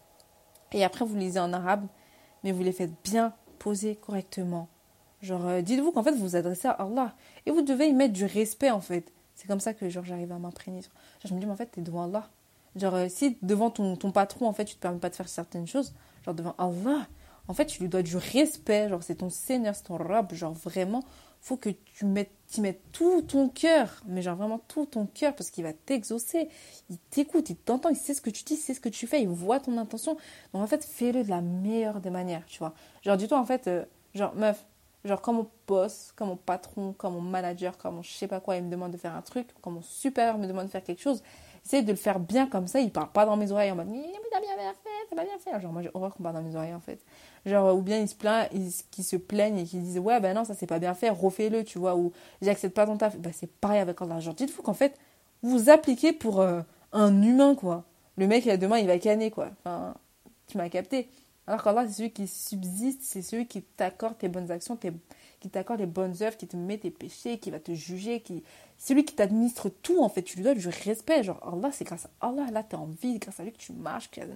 Et après, vous lisez en arabe, mais vous les faites bien poser correctement. Genre, dites-vous qu'en fait, vous vous adressez à Allah. Et vous devez y mettre du respect, en fait. C'est comme ça que, genre, j'arrive à m'imprégner. Genre, je me dis, mais en fait, t'es devant Allah. Genre, si devant ton patron, en fait, tu te permets pas de faire certaines choses, genre, devant Allah, en fait, tu lui dois du respect. Genre, c'est ton Seigneur, c'est ton Rab. Genre, vraiment, faut que tu y mettes tout ton cœur. Mais genre, vraiment tout ton cœur, parce qu'il va t'exaucer. Il t'écoute, il t'entend, il sait ce que tu dis, il sait ce que tu fais, il voit ton intention. Donc, en fait, fais-le de la meilleure des manières, tu vois. Genre, dis-toi, en fait, genre, meuf, genre, quand mon boss, quand mon patron, quand mon manager, quand mon je sais pas quoi, il me demande de faire un truc, quand mon supérieur me demande de faire quelque chose, essaye de le faire bien comme ça, il parle pas dans mes oreilles en mode mais t'as bien fait, t'as pas bien fait. Genre, moi j'ai horreur qu'on parle dans mes oreilles en fait. Genre, ou bien qu'ils se plaignent et qu'ils disent ouais, ben non, ça c'est pas bien fait, refais-le, tu vois, ou j'accepte pas ton taf. Bah, c'est pareil avec Allah. Genre, dites-vous qu'en fait, vous vous appliquez pour un humain, quoi. Le mec, demain, il va canner, quoi. Enfin, tu m'as capté. Alors qu'Allah, c'est celui qui subsiste, c'est celui qui t'accorde tes bonnes actions, qui t'accorde les bonnes œuvres, qui te met tes péchés, qui va te juger, c'est lui qui t'administre tout, en fait. Tu lui donnes du respect. Genre, Allah, c'est grâce à Allah, là, t'es en vie, grâce à lui que tu marches, que...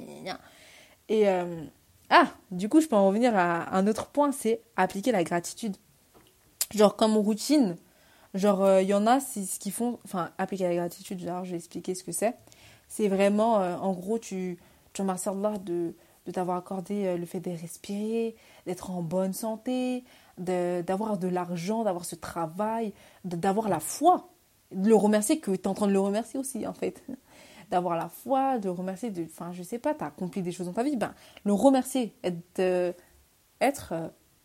Et, du coup, je peux en revenir à un autre point, c'est appliquer la gratitude. Genre, comme routine, genre, il y en a, c'est ce qu'ils font, enfin, appliquer la gratitude, genre, je vais expliquer ce que c'est. C'est vraiment, en gros, tu remercies Allah de t'avoir accordé le fait de respirer, d'être en bonne santé, d'avoir de l'argent, d'avoir ce travail, d'avoir la foi. De le remercier que tu es en train de le remercier aussi, en fait. D'avoir la foi, de le remercier enfin, je sais pas, tu as accompli des choses dans ta vie. Ben, le remercier, être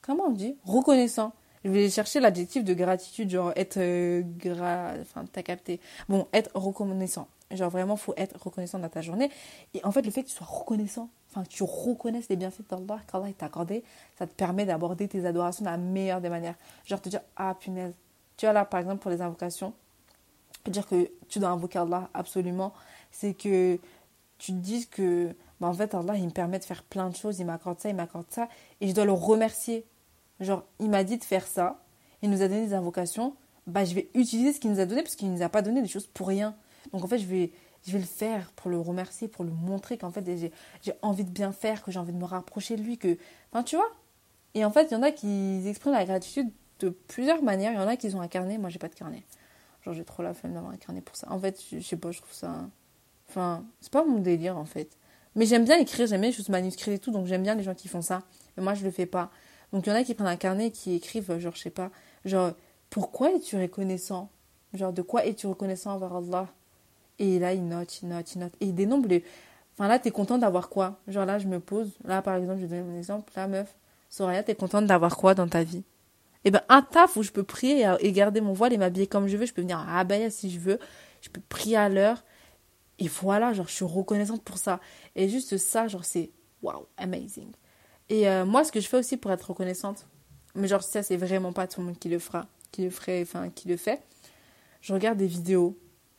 comment on dit? Reconnaissant. Je vais chercher l'adjectif de gratitude, genre être enfin, t'as capté. Bon, être reconnaissant. Genre vraiment, faut être reconnaissant dans ta journée. Et en fait, le fait que tu sois reconnaissant, enfin, que tu reconnaisses les bienfaits d'Allah, qu'Allah t'a accordé, ça te permet d'aborder tes adorations de la meilleure des manières. Genre te dire, ah punaise. Tu vois là, par exemple, pour les invocations, dire que tu dois invoquer Allah absolument, c'est que tu te dises que, bah, en fait, Allah, il me permet de faire plein de choses, il m'accorde ça, et je dois le remercier. Genre, il m'a dit de faire ça, il nous a donné des invocations, bah, je vais utiliser ce qu'il nous a donné, parce qu'il ne nous a pas donné des choses pour rien. Donc, en fait, je vais le faire pour le remercier, pour le montrer qu'en fait, j'ai envie de bien faire, que j'ai envie de me rapprocher de lui, que... Enfin, tu vois. Et en fait, il y en a qui expriment la gratitude de plusieurs manières. Il y en a qui ont un carnet, moi, j'ai pas de carnet. Genre, j'ai trop la flemme d'avoir un carnet pour ça. En fait, je sais pas, je trouve ça... Enfin, c'est pas mon délire, en fait. Mais j'aime bien écrire, j'aime bien les choses manuscrites et tout, donc j'aime bien les gens qui font ça. Mais moi, je le fais pas. Donc, il y en a qui prennent un carnet, qui écrivent, genre, je sais pas, genre, pourquoi es-tu reconnaissant? Genre, de quoi es-tu reconnaissant envers Allah? Et là, ils notent. Et ils dénombrent les... Enfin, là, t'es content d'avoir quoi? Genre, là, je me pose. Là, par exemple, je vais donner mon exemple. Là, meuf, Soraya, t'es contente d'avoir quoi dans ta vie? Eh ben, un taf où je peux prier et garder mon voile et m'habiller comme je veux. Je peux venir à Abaya si je veux. Je peux prier à l'heure. Et voilà, genre, je suis reconnaissante pour ça. Et juste ça, genre, c'est wow, amazing. Et moi, ce que je fais aussi pour être reconnaissante, mais genre, ça, c'est vraiment pas tout le monde qui le fera, qui le ferait, enfin, qui le fait. Je regarde des vidéos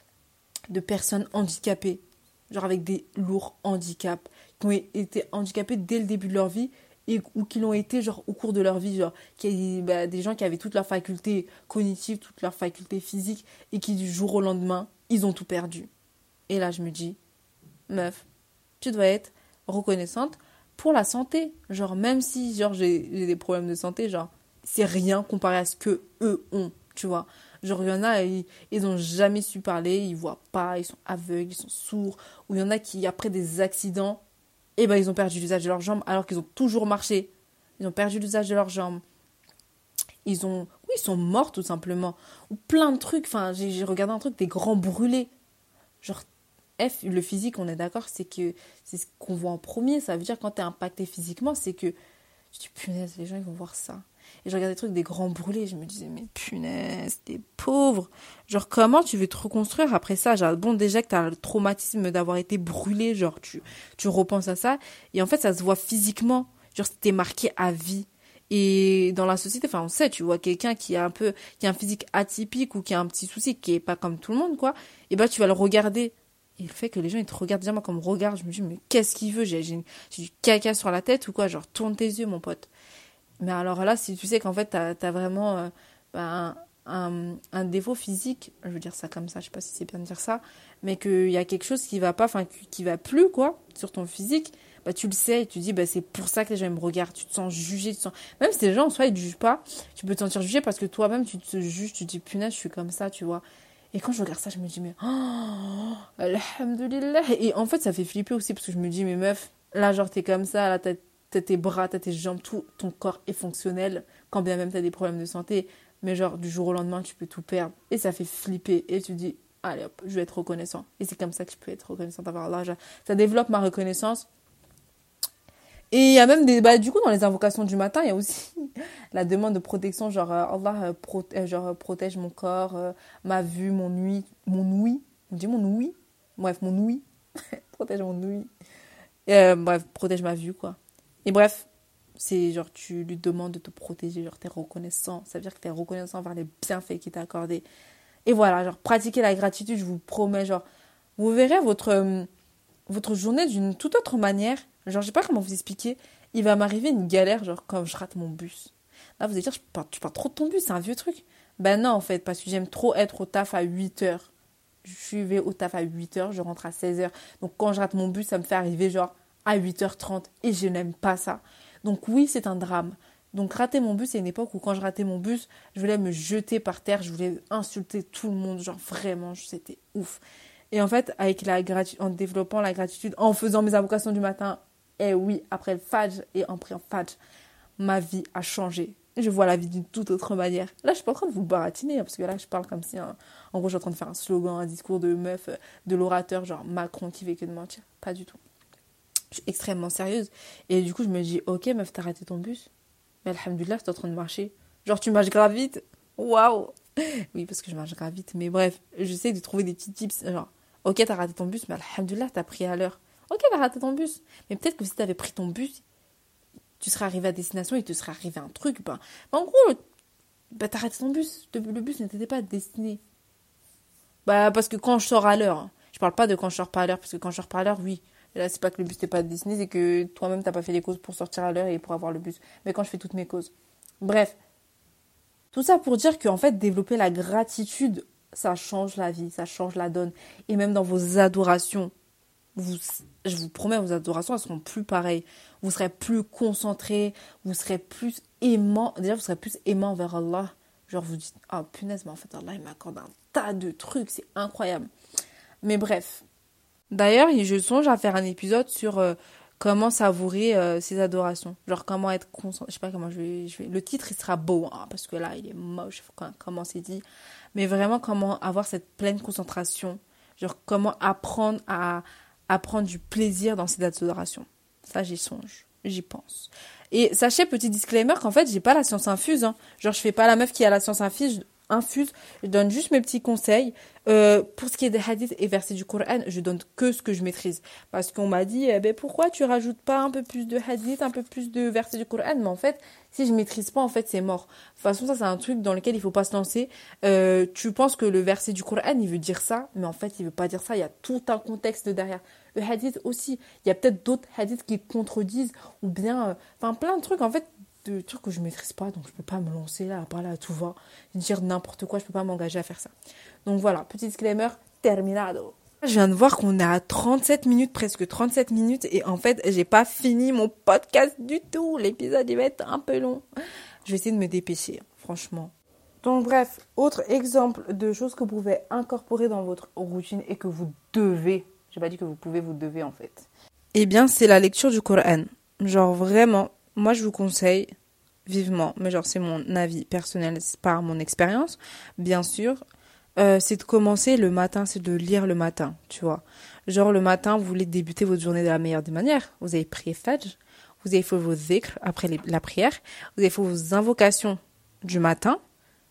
de personnes handicapées, genre avec des lourds handicaps, qui ont été handicapés dès le début de leur vie, ou qui l'ont été, genre, au cours de leur vie, genre, des gens qui avaient toutes leurs facultés cognitives, toutes leurs facultés physiques, et qui, du jour au lendemain, ils ont tout perdu. Et là, je me dis, meuf, tu dois être reconnaissante pour la santé. Genre, même si genre j'ai des problèmes de santé, genre, c'est rien comparé à ce que eux ont, tu vois. Genre, il y en a, ils ont jamais su parler, ils voient pas, ils sont aveugles, ils sont sourds. Ou il y en a qui, après des accidents, eh ben, ils ont perdu l'usage de leurs jambes alors qu'ils ont toujours marché. Ils ont perdu l'usage de leurs jambes. Oui, ils sont morts tout simplement. Ou plein de trucs. Enfin, j'ai regardé un truc, des grands brûlés. Genre, le physique, on est d'accord, c'est ce qu'on voit en premier. Ça veut dire quand t'es impacté physiquement, c'est que je dis punaise, les gens ils vont voir ça. Et je regardais des trucs des grands brûlés, je me disais mais punaise, t'es pauvre. Genre comment tu veux te reconstruire après ça? Genre bon déjà que t'as le traumatisme d'avoir été brûlé, genre tu repenses à ça et en fait ça se voit physiquement. Genre t'es marqué à vie. Et dans la société, enfin on sait, tu vois quelqu'un qui a un physique atypique ou qui a un petit souci qui est pas comme tout le monde quoi, et ben tu vas le regarder. Et le fait que les gens ils te regardent déjà moi comme regard, je me dis mais qu'est-ce qu'il veut? J'ai du caca sur la tête ou quoi? Genre tourne tes yeux mon pote. Mais alors là si tu sais qu'en fait t'as vraiment un défaut physique, je veux dire ça comme ça, je sais pas si c'est bien de dire ça, mais qu'il y a quelque chose qui va pas, enfin qui va plus quoi sur ton physique, bah tu le sais et tu dis bah c'est pour ça que les gens me regardent, tu te sens jugé, même si les gens en soi ils te jugent pas, tu peux te sentir jugé parce que toi-même tu te juges, tu te dis punaise je suis comme ça, tu vois. Et quand je regarde ça, je me dis, mais oh, alhamdoulilah. Et en fait, ça fait flipper aussi parce que je me dis, mais meuf, là, genre, t'es comme ça, là, t'as tes bras, t'as tes jambes, tout ton corps est fonctionnel, quand bien même t'as des problèmes de santé. Mais genre, du jour au lendemain, tu peux tout perdre. Et ça fait flipper. Et tu dis, allez hop, je vais être reconnaissant. Et c'est comme ça que je peux être reconnaissante envers Allah. Ça développe ma reconnaissance. Et il y a même du coup, dans les invocations du matin, il y a aussi la demande de protection, genre, Allah protège mon corps, ma vue, mon ouïe. On dit mon ouïe? Bref, mon ouïe. Protège mon ouïe. Bref, protège ma vue, quoi. Et bref, c'est genre, tu lui demandes de te protéger, genre, t'es reconnaissant. Ça veut dire que t'es reconnaissant envers les bienfaits qu'il t'a accordés. Et voilà, genre, pratiquer la gratitude, je vous promets, genre, vous verrez votre journée d'une toute autre manière. Genre, je sais pas comment vous expliquer. Il va m'arriver une galère, genre, quand je rate mon bus. Là, vous allez dire, tu pars trop de ton bus, c'est un vieux truc. Ben non, en fait, parce que j'aime trop être au taf à 8h. Je vais au taf à 8h, je rentre à 16h. Donc, quand je rate mon bus, ça me fait arriver, genre, à 8h30. Et je n'aime pas ça. Donc, oui, c'est un drame. Donc, rater mon bus, c'est une époque où, quand je ratais mon bus, je voulais me jeter par terre, je voulais insulter tout le monde. Genre, vraiment, c'était ouf. Et en fait, en développant la gratitude, en faisant mes invocations du matin, et oui, après le Fajr et en priant Fajr, ma vie a changé. Je vois la vie d'une toute autre manière. Là, je suis pas en train de vous baratiner, parce que là, je parle comme si, en gros, je suis en train de faire un slogan, un discours de meuf, de l'orateur, genre Macron qui fait que de mentir. Pas du tout. Je suis extrêmement sérieuse. Et du coup, je me dis, ok, meuf, t'as raté ton bus. Mais alhamdoulilah, t'es en train de marcher. Genre, tu marches grave vite. Waouh. Oui, parce que je marche grave vite. Mais bref, j'essaie de trouver des petits tips. Genre, ok, t'as raté ton bus, mais alhamdoulilah, t'as pris à l'heure. Ok, t'as raté ton bus. Mais peut-être que si t'avais pris ton bus, tu serais arrivé à destination, il te serait arrivé un truc. En gros, t'as raté ton bus. Le bus n'était pas destiné. Parce que quand je sors à l'heure, hein, je parle pas de quand je sors pas à l'heure, parce que quand je sors pas à l'heure, oui. Là, c'est pas que le bus n'est pas destiné, c'est que toi-même, t'as pas fait les causes pour sortir à l'heure et pour avoir le bus. Mais quand je fais toutes mes causes. Bref. Tout ça pour dire qu'en fait, développer la gratitude, ça change la vie, ça change la donne. Et même dans vos adorations, je vous promets, vos adorations, elles seront plus pareilles. Vous serez plus concentrés, vous serez plus aimant. Déjà, vous serez plus aimant vers Allah. Genre, vous dites, ah punaise, mais en fait, Allah, il m'accorde un tas de trucs, c'est incroyable. Mais bref. D'ailleurs, je songe à faire un épisode sur comment savourer ses adorations. Genre, comment être concentré. Je sais pas comment je vais... Le titre, il sera beau, hein, parce que là, il est moche, comment c'est dit. Mais vraiment, comment avoir cette pleine concentration. Genre, comment apprendre à prendre du plaisir dans ses adorations. Ça, j'y songe. J'y pense. Et sachez, petit disclaimer, qu'en fait, j'ai pas la science infuse. Hein. Genre, je fais pas la meuf qui a la science infuse. Je donne juste mes petits conseils. Pour ce qui est des hadiths et versets du Coran, je donne que ce que je maîtrise. Parce qu'on m'a dit, pourquoi tu rajoutes pas un peu plus de hadiths, un peu plus de versets du Coran? Mais en fait, si je maîtrise pas, en fait, c'est mort. De toute façon, ça, c'est un truc dans lequel il faut pas se lancer. Tu penses que le verset du Coran, il veut dire ça, mais en fait, il veut pas dire ça. Il y a tout un contexte derrière. Le hadith aussi. Il y a peut-être d'autres hadiths qui contredisent, ou bien, plein de trucs, en fait, de trucs que je maîtrise pas, donc je peux pas me lancer là, à parler à tout va, dire n'importe quoi, je peux pas m'engager à faire ça. Donc voilà, petit disclaimer, terminado. Je viens de voir qu'on est à 37 minutes, presque 37 minutes, et en fait, j'ai pas fini mon podcast du tout. L'épisode, il va être un peu long. Je vais essayer de me dépêcher, franchement. Donc bref, autre exemple de choses que vous pouvez incorporer dans votre routine et que vous devez, j'ai pas dit que vous pouvez, vous devez en fait. Eh bien, c'est la lecture du Coran. Genre vraiment, moi je vous conseille vivement, mais genre c'est mon avis personnel, c'est pas mon expérience, bien sûr, c'est de commencer le matin, c'est de lire le matin, tu vois. Genre le matin, vous voulez débuter votre journée de la meilleure des manières. Vous avez prié Fajr, vous avez fait vos dhikr après la prière, vous avez fait vos invocations du matin,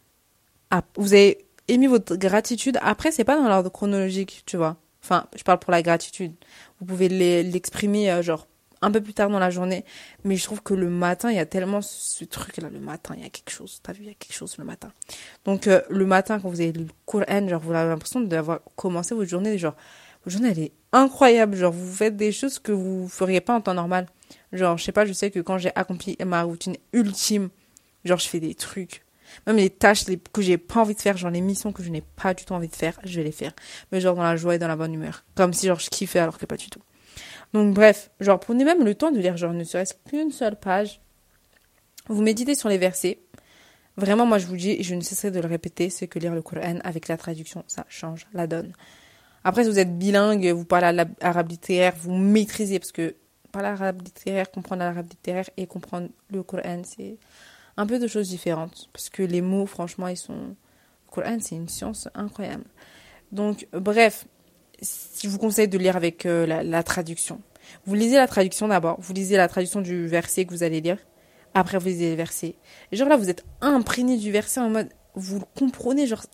vous avez émis votre gratitude. Après, c'est pas dans l'ordre chronologique, tu vois. Enfin, je parle pour la gratitude. Vous pouvez l'exprimer genre un peu plus tard dans la journée. Mais je trouve que le matin, il y a tellement ce truc-là. Le matin, il y a quelque chose. T'as vu, il y a quelque chose le matin. Donc, le matin, quand vous avez le Coran, genre, vous avez l'impression d'avoir commencé votre journée. Genre, votre journée, elle est incroyable. Genre, vous faites des choses que vous feriez pas en temps normal. Genre, je sais pas, je sais que quand j'ai accompli ma routine ultime, genre, je fais des trucs. Même les tâches que j'ai pas envie de faire, genre les missions que je n'ai pas du tout envie de faire, je vais les faire. Mais genre dans la joie et dans la bonne humeur. Comme si genre je kiffais alors que pas du tout. Donc bref, genre prenez même le temps de lire genre ne serait-ce qu'une seule page. Vous méditez sur les versets. Vraiment, moi je vous dis, et je ne cesserai de le répéter, c'est que lire le Coran avec la traduction, ça change la donne. Après, si vous êtes bilingue, vous parlez arabe littéraire, vous maîtrisez, parce que parler arabe littéraire, comprendre l'arabe littéraire et comprendre le Coran, c'est un peu de choses différentes. Parce que les mots, franchement, le Coran, c'est une science incroyable. Donc, bref, je vous conseille de lire avec la traduction. Vous lisez la traduction d'abord. Vous lisez la traduction du verset que vous allez lire. Après, vous lisez les versets. Et genre là, vous êtes imprégné du verset en mode... Vous le comprenez, genre...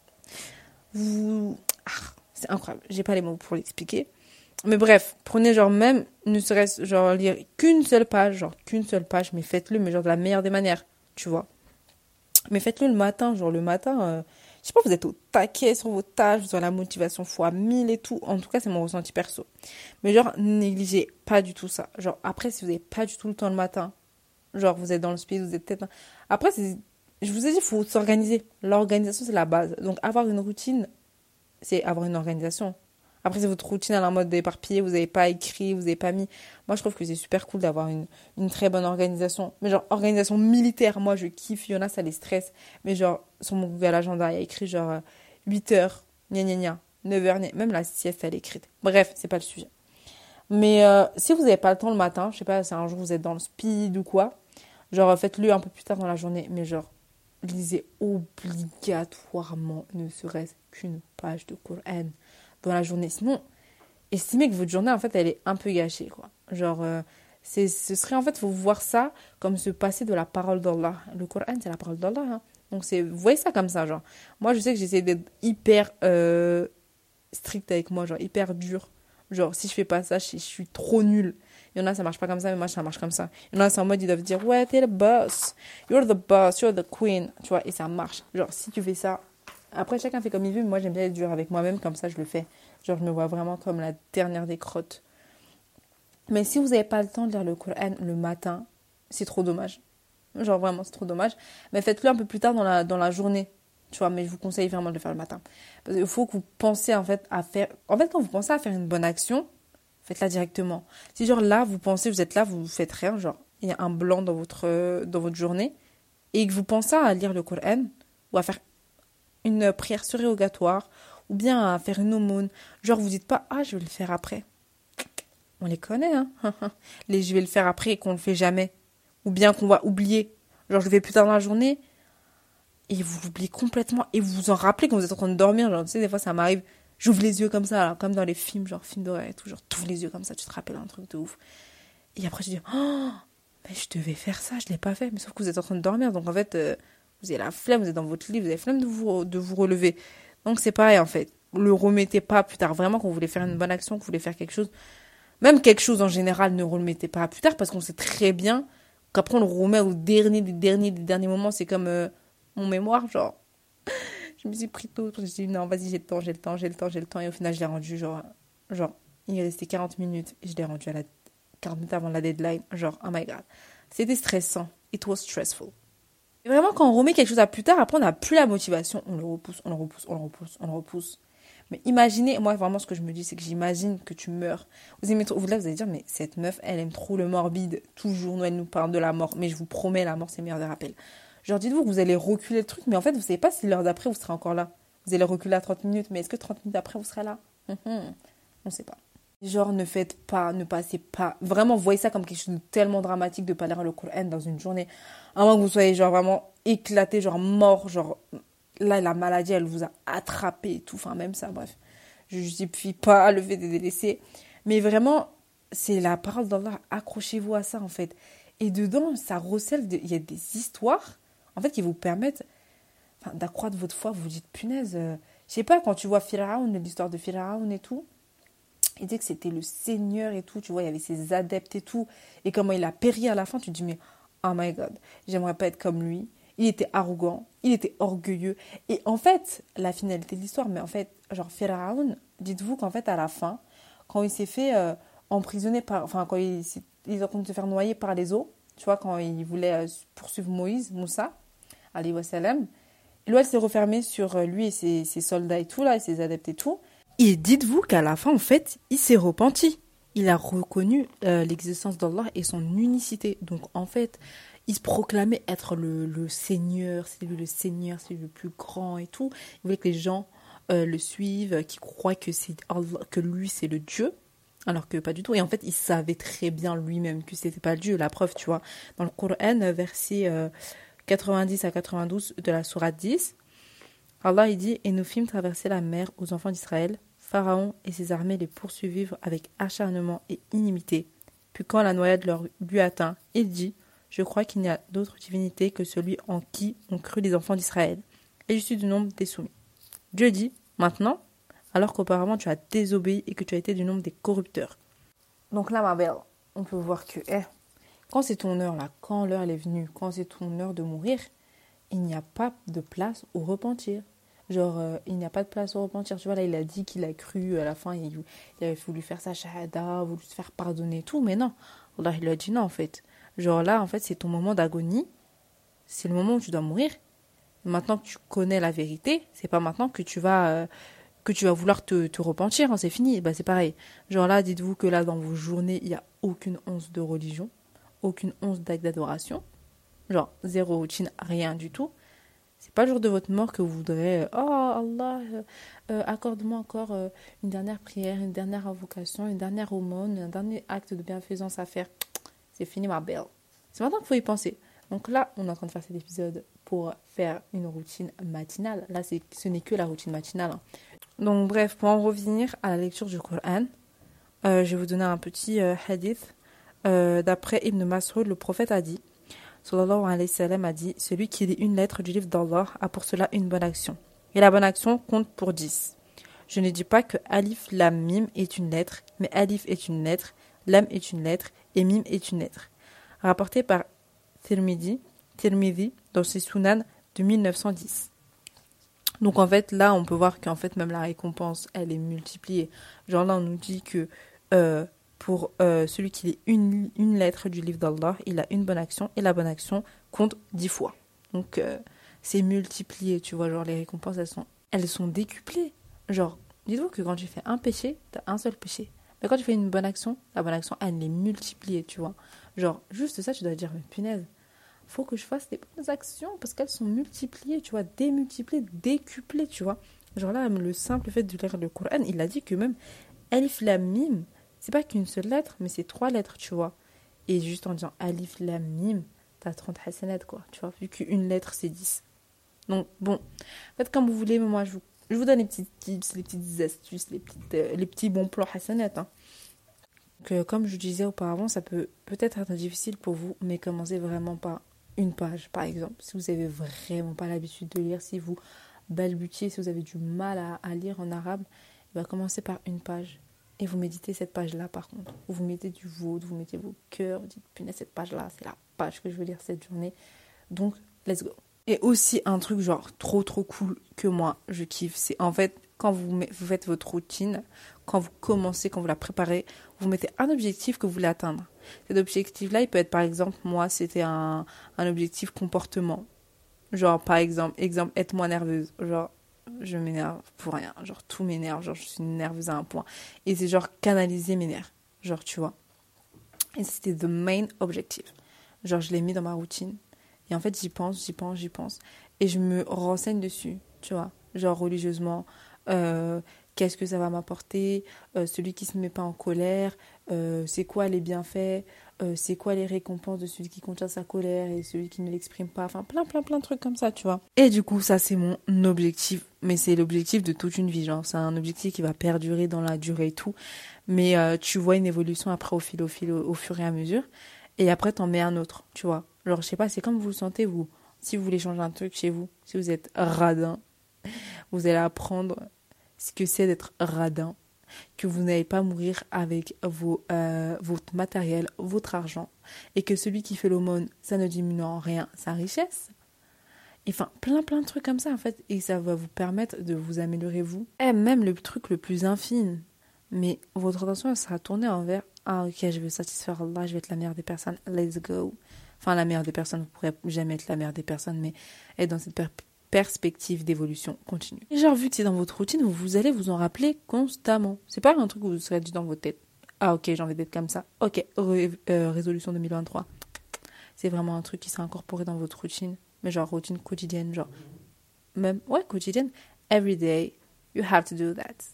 c'est incroyable. J'ai pas les mots pour l'expliquer. Mais bref, prenez genre même, ne serait-ce genre lire qu'une seule page, mais faites-le, mais genre de la meilleure des manières. Tu vois. Mais faites-le le matin, genre le matin, je sais pas, vous êtes au taquet sur vos tâches, vous avez la motivation fois 1000 et tout. En tout cas, c'est mon ressenti perso. Mais genre, négligez pas du tout ça. Genre, après, si vous n'avez pas du tout le temps le matin, genre, vous êtes dans le speed, vous êtes peut-être... Après, je vous ai dit, il faut s'organiser. L'organisation, c'est la base. Donc, avoir une routine, c'est avoir une organisation. Après, c'est votre routine à la mode d'éparpiller, vous n'avez pas écrit, vous n'avez pas mis. Moi, je trouve que c'est super cool d'avoir une très bonne organisation. Mais genre, organisation militaire, moi, je kiffe. Il y en a, ça les stresse. Mais genre, sur mon Google Agenda, il y a écrit genre 8h, gna gna gna, 9h, même la sieste, elle est écrite. Bref, c'est pas le sujet. Mais si vous n'avez pas le temps le matin, je sais pas, c'est un jour vous êtes dans le speed ou quoi, genre, faites-le un peu plus tard dans la journée. Mais genre, lisez obligatoirement, ne serait-ce qu'une page de Coran dans la journée. Sinon, estimez que votre journée, en fait, elle est un peu gâchée, quoi. Genre, Ce serait en fait, faut voir ça comme se passer de la parole d'Allah. Le Coran, c'est la parole d'Allah. Hein. Donc, vous voyez ça comme ça, genre. Moi, je sais que j'essaie d'être hyper strict avec moi, genre hyper dur. Genre, si je fais pas ça, je suis trop nulle. Il y en a, ça marche pas comme ça, mais moi, ça marche comme ça. Il y en a, c'est en mode, ils doivent dire, ouais, t'es le boss. You're the boss, you're the queen. Tu vois, et ça marche. Genre, si tu fais ça. Après, chacun fait comme il veut, mais moi, j'aime bien être dur avec moi-même, comme ça, je le fais. Genre, je me vois vraiment comme la dernière des crottes. Mais si vous n'avez pas le temps de lire le Coran le matin, c'est trop dommage. Genre, vraiment, c'est trop dommage. Mais faites-le un peu plus tard dans la journée. Tu vois, mais je vous conseille vraiment de le faire le matin. Parce qu'il faut que vous pensiez, en fait, à faire... En fait, quand vous pensez à faire une bonne action, faites-la directement. Si, genre, là, vous pensez, vous êtes là, vous faites rien, genre, il y a un blanc dans votre journée, et que vous pensez à lire le Coran, ou à faire une prière surrogatoire, ou bien à faire une aumône, genre, vous dites pas, ah, je vais le faire après. On les connaît, hein. Les je vais le faire après et qu'on le fait jamais. Ou bien qu'on va oublier. Genre, je le fais plus tard dans la journée, et vous l'oubliez complètement, et vous vous en rappelez quand vous êtes en train de dormir. Genre, tu sais, des fois, ça m'arrive, j'ouvre les yeux comme ça, alors, comme dans les films, genre films d'horreur et tout, genre, t'ouvres les yeux comme ça, tu te rappelles un truc de ouf. Et après, je dis, oh, mais je devais faire ça, je l'ai pas fait, mais sauf que vous êtes en train de dormir, donc en fait, vous avez la flemme, vous êtes dans votre lit, vous avez la flemme de vous relever. Donc, c'est pareil, en fait. Le remettez pas plus tard. Vraiment, quand vous voulez faire une bonne action, que vous voulez faire quelque chose, même quelque chose en général, ne remettez pas plus tard, parce qu'on sait très bien qu'après, on le remet au des derniers moments. C'est comme mon mémoire, genre, je me suis pris tôt, je me suis dit, non, vas-y, j'ai le temps, et au final, je l'ai rendu, genre, il restait 40 minutes, et je l'ai rendu à 40 minutes avant la deadline, genre, oh my god. C'était stressant, it was stressful. Et vraiment, quand on remet quelque chose à plus tard, après, on n'a plus la motivation, on le repousse. Mais imaginez, moi, vraiment, ce que je me dis, c'est que j'imagine que tu meurs. Vous allez dire, mais cette meuf, elle aime trop le morbide, toujours, nous, elle nous parle de la mort, mais je vous promets, la mort, c'est le meilleur des rappels. Genre, dites-vous que vous allez reculer le truc, mais en fait, vous savez pas si l'heure d'après, vous serez encore là. Vous allez reculer à 30 minutes, mais est-ce que 30 minutes après, vous serez là? On sait pas. Genre, ne faites pas, ne passez pas. Vraiment, voyez ça comme quelque chose de tellement dramatique de pas lire le Coran dans une journée. À moins que vous soyez, genre, vraiment éclaté, genre, mort, genre, là, la maladie, elle vous a attrapé et tout. Enfin, même ça, bref. Je justifie pas le fait de délaisser. Mais vraiment, c'est la parole d'Allah. Accrochez-vous à ça, en fait. Et dedans, ça recèle, il y a des histoires, en fait, qui vous permettent d'accroître votre foi. Vous vous dites, punaise, je sais pas, quand tu vois Pharaon, l'histoire de Pharaon et tout, il dit que c'était le Seigneur et tout, tu vois, il y avait ses adeptes et tout, et comment il a péri à la fin, tu te dis, mais oh my god, j'aimerais pas être comme lui. Il était arrogant, il était orgueilleux, et en fait, la finalité de l'histoire, mais en fait, genre Pharaon, dites-vous qu'en fait, à la fin, quand il s'est fait emprisonner quand il est en train de se faire noyer par les eaux, tu vois, quand il voulait poursuivre Moussa, alayhi wa sallam, l'eau, elle s'est refermée sur lui et ses soldats et tout, là, et ses adeptes et tout. Et dites-vous qu'à la fin, en fait, il s'est repenti. Il a reconnu l'existence d'Allah et son unicité. Donc, en fait, il se proclamait être le Seigneur, c'est lui le Seigneur, c'est lui le plus grand et tout. Il voulait que les gens le suivent, qui croient que c'est Allah, que lui, c'est le Dieu. Alors que pas du tout. Et en fait, il savait très bien lui-même que c'était pas Dieu. La preuve, tu vois, dans le Coran, verset 90 à 92 de la sourate 10, Allah il dit « Et nous fîmes traverser la mer aux enfants d'Israël. Pharaon et ses armées les poursuivirent avec acharnement et inimité. Puis quand la noyade leur lui atteint, il dit « Je crois qu'il n'y a d'autre divinité que celui en qui ont cru les enfants d'Israël. Et je suis du nombre des soumis. » Dieu dit « Maintenant, alors qu'auparavant tu as désobéi et que tu as été du nombre des corrupteurs. » Donc là, ma belle, on peut voir que quand c'est ton heure, là, quand l'heure elle est venue, quand c'est ton heure de mourir, il n'y a pas de place au repentir. Genre, il n'y a pas de place au repentir. Tu vois, là, il a dit qu'il a cru, à la fin, il avait voulu faire sa shahada, voulu se faire pardonner et tout, mais non. Allah, il lui a dit non, en fait. Genre là, en fait, c'est ton moment d'agonie. C'est le moment où tu dois mourir. Maintenant que tu connais la vérité, c'est pas maintenant que tu vas vouloir te repentir, hein, c'est fini. Bah, c'est pareil. Genre là, dites-vous que là, dans vos journées, il n'y a aucune once de religion, aucune once d'acte d'adoration. Genre, zéro routine, rien du tout. C'est pas le jour de votre mort que vous voudrez oh Allah, accorde-moi encore une dernière prière, une dernière invocation, une dernière aumône, un dernier acte de bienfaisance à faire. C'est fini, ma belle. C'est maintenant qu'il faut y penser. Donc là, on est en train de faire cet épisode pour faire une routine matinale. Là, ce n'est que la routine matinale. Hein. Donc bref, pour en revenir à la lecture du Coran, je vais vous donner un petit hadith D'après Ibn Mas'ud, le prophète a dit, sallallahu alayhi wa sallam a dit, celui qui lit une lettre du livre d'Allah a pour cela une bonne action. Et la bonne action compte pour 10. Je ne dis pas que Alif Lam Mim est une lettre, mais Alif est une lettre, Lam est une lettre et Mim est une lettre. Rapporté par Tirmidhi dans ses Sunan de 1910. Donc en fait, là, on peut voir qu'en fait, même la récompense, elle est multipliée. Genre là, on nous dit que pour celui qui lit une lettre du livre d'Allah, il a une bonne action et la bonne action compte 10 fois. Donc c'est multiplié, tu vois, genre les récompenses, elles sont décuplées. Genre, dites-vous que quand tu fais un péché, t'as un seul péché. Mais quand tu fais une bonne action, la bonne action, elle est multipliée, tu vois. Genre, juste ça, tu dois dire, mais punaise, faut que je fasse des bonnes actions parce qu'elles sont multipliées, tu vois, démultipliées, décuplées, tu vois. Genre là, le simple fait de lire le Coran, il a dit que même Alif Lam Mim, c'est pas qu'une seule lettre, mais c'est 3 lettres, tu vois. Et juste en disant Alif Lam Mim, t'as 30 hasanat, quoi, tu vois, vu qu'une lettre, c'est 10. Donc, bon, faites comme vous voulez, mais moi, je vous donne les petits tips, les petites astuces, les petits bons plans hasanat, hein. Donc, comme je disais auparavant, ça peut peut-être être difficile pour vous, mais commencez vraiment par une page, par exemple. Si vous n'avez vraiment pas l'habitude de lire, si vous balbutiez, si vous avez du mal à lire en arabe, commencez par une page. Et vous méditez cette page-là, par contre. Vous mettez du vôtre, vous mettez vos cœurs, vous dites, punaise, cette page-là, c'est la page que je veux lire cette journée. Donc, let's go. Et aussi, un truc genre trop cool que moi, je kiffe, c'est en fait, quand vous faites votre routine, quand vous commencez, quand vous la préparez, vous mettez un objectif que vous voulez atteindre. Cet objectif-là, il peut être, par exemple, moi, c'était un objectif comportement. Genre, par exemple, être moins nerveuse. Genre, je m'énerve pour rien. Genre, tout m'énerve. Genre, je suis nerveuse à un point. Et c'est genre canaliser mes nerfs. Genre, tu vois. Et c'était the main objective. Genre, je l'ai mis dans ma routine. Et en fait, j'y pense. Et je me renseigne dessus, tu vois. Genre, religieusement, qu'est-ce que ça va m'apporter, celui qui se met pas en colère, c'est quoi les bienfaits, c'est quoi les récompenses de celui qui contient sa colère et celui qui ne l'exprime pas, enfin plein de trucs comme ça, tu vois. Et du coup, ça c'est mon objectif, mais c'est l'objectif de toute une vie, genre c'est un objectif qui va perdurer dans la durée et tout, mais tu vois une évolution après au fur et à mesure, et après t'en mets un autre, tu vois. Genre je sais pas, c'est comme vous le sentez vous, si vous voulez changer un truc chez vous, si vous êtes radin, vous allez apprendre ce que c'est d'être radin, que vous n'allez pas mourir avec votre matériel, votre argent, et que celui qui fait l'aumône, ça ne diminue en rien sa richesse. Enfin, plein de trucs comme ça, en fait, et ça va vous permettre de vous améliorer, vous. Et même le truc le plus infime, mais votre attention, elle sera tournée envers « Ah, ok, je veux satisfaire Allah, je vais être la meilleure des personnes, let's go ». Enfin, la meilleure des personnes, vous ne pourrez jamais être la meilleure des personnes, mais être dans cette perspective d'évolution continue. Et genre, vu que c'est dans votre routine, vous allez vous en rappeler constamment. C'est pas un truc que vous serez dit dans votre tête. Ah ok, j'ai envie d'être comme ça. Ok, résolution 2023. C'est vraiment un truc qui sera incorporé dans votre routine. Mais genre, routine quotidienne, genre... Même, ouais, quotidienne. Every day, you have to do that.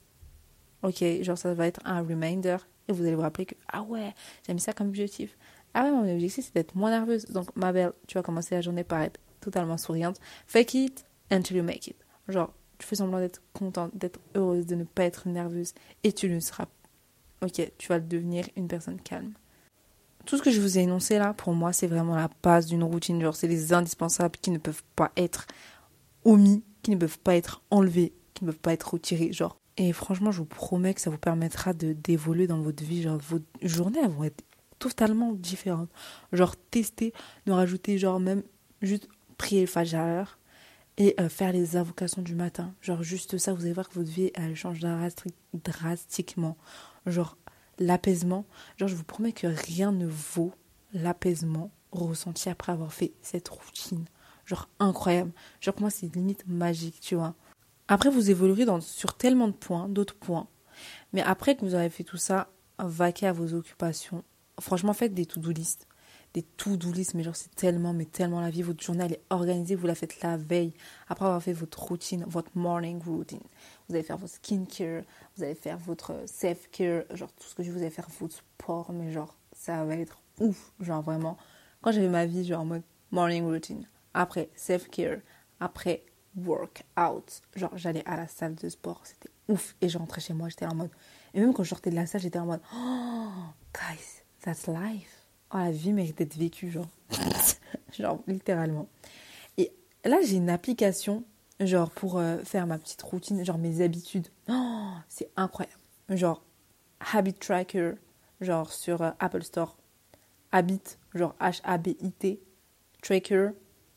Ok, genre ça va être un reminder. Et vous allez vous rappeler que, ah ouais, j'ai mis ça comme objectif. Ah ouais, mon objectif, c'est d'être moins nerveuse. Donc, ma belle, tu vas commencer la journée par être totalement souriante. Fake it until you make it. Genre, tu fais semblant d'être contente, d'être heureuse, de ne pas être nerveuse. Et tu le seras. Ok, tu vas devenir une personne calme. Tout ce que je vous ai énoncé là, pour moi, c'est vraiment la base d'une routine. Genre, c'est les indispensables qui ne peuvent pas être omis, qui ne peuvent pas être enlevés, qui ne peuvent pas être retirés. Genre. Et franchement, je vous promets que ça vous permettra d'évoluer dans votre vie. Genre, vos journées, elles vont être totalement différentes. Genre, tester, de rajouter, genre, même juste prier le fajr et faire les invocations du matin. Genre, juste ça, vous allez voir que votre vie, elle change drastiquement. Genre, l'apaisement. Genre, je vous promets que rien ne vaut l'apaisement ressenti après avoir fait cette routine. Genre, incroyable. Genre, pour moi, c'est limite magique, tu vois. Après, vous évoluerez sur tellement de points, d'autres points. Mais après que vous aurez fait tout ça, vaquez à vos occupations. Franchement, faites des to-do list. Des to-do list, mais genre c'est tellement la vie. Votre journée, elle est organisée, vous la faites la veille. Après avoir fait votre routine, votre morning routine. Vous allez faire votre skincare, vous allez faire votre self-care, genre tout ce que je vous allez faire, votre sport, mais genre ça va être ouf. Genre vraiment, quand j'avais ma vie, genre en mode morning routine, après self-care, après workout, genre j'allais à la salle de sport, c'était ouf. Et je rentrais chez moi, j'étais en mode... Et même quand je sortais de la salle, j'étais en mode, oh, guys, that's life. Oh, la vie mérite d'être vécue, genre. Genre, littéralement. Et là, j'ai une application, genre, pour faire ma petite routine, genre mes habitudes. Oh, c'est incroyable. Genre, Habit Tracker, genre sur Apple Store. Habit, genre Habit, Tracker,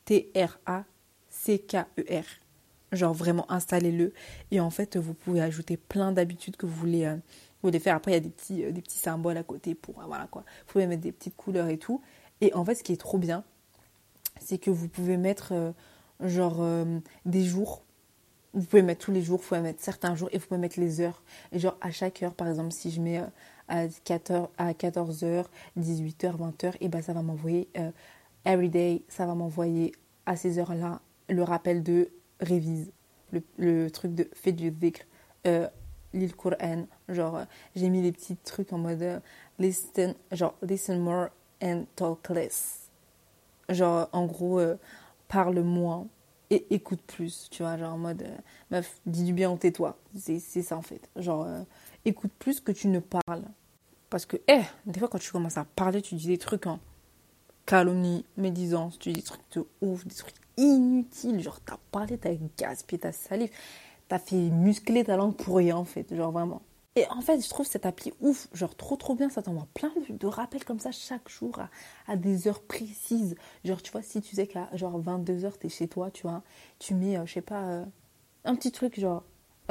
Tracker. Genre, vraiment, installez-le. Et en fait, vous pouvez ajouter plein d'habitudes que vous voulez faire. Après, il y a des petits symboles à côté pour, voilà quoi. Vous pouvez mettre des petites couleurs et tout. Et en fait, ce qui est trop bien, c'est que vous pouvez mettre des jours. Vous pouvez mettre tous les jours, vous pouvez mettre certains jours et vous pouvez mettre les heures. Et genre à chaque heure, par exemple, si je mets à 14h, 18h, 20h, et ben ça va m'envoyer everyday, ça va m'envoyer à ces heures-là le rappel de révise, le truc de fais du dhikr, l'île Qur'an. Genre, j'ai mis des petits trucs en mode listen more and talk less. Genre, en gros, parle moins et écoute plus, tu vois, genre en mode, meuf, dis du bien ou tais-toi. C'est ça, en fait. Genre, écoute plus que tu ne parles. Parce que, des fois, quand tu commences à parler, tu dis des trucs en calomnie, médisance, tu dis des trucs de ouf, des trucs inutiles. Genre, t'as parlé, t'as gaspillé ta salive, t'as fait muscler ta langue pour rien, en fait. Genre, vraiment. Et en fait, je trouve cette appli ouf, genre trop bien, ça t'envoie plein de rappels comme ça chaque jour à des heures précises. Genre, tu vois, si tu sais qu'à genre 22h, t'es chez toi, tu vois, tu mets, je sais pas, un petit truc genre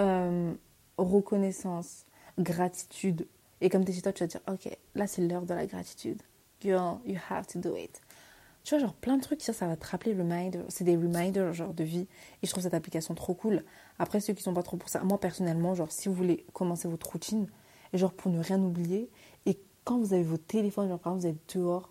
reconnaissance, gratitude. Et comme t'es chez toi, tu vas te dire, ok, là c'est l'heure de la gratitude. Girl, you have to do it. Tu vois, genre plein de trucs, ça va te rappeler c'est des reminders genre de vie. Et je trouve cette application trop cool. Après, ceux qui sont pas trop pour ça, moi personnellement, genre si vous voulez commencer votre routine, et genre pour ne rien oublier, et quand vous avez votre téléphone, genre par exemple vous êtes dehors,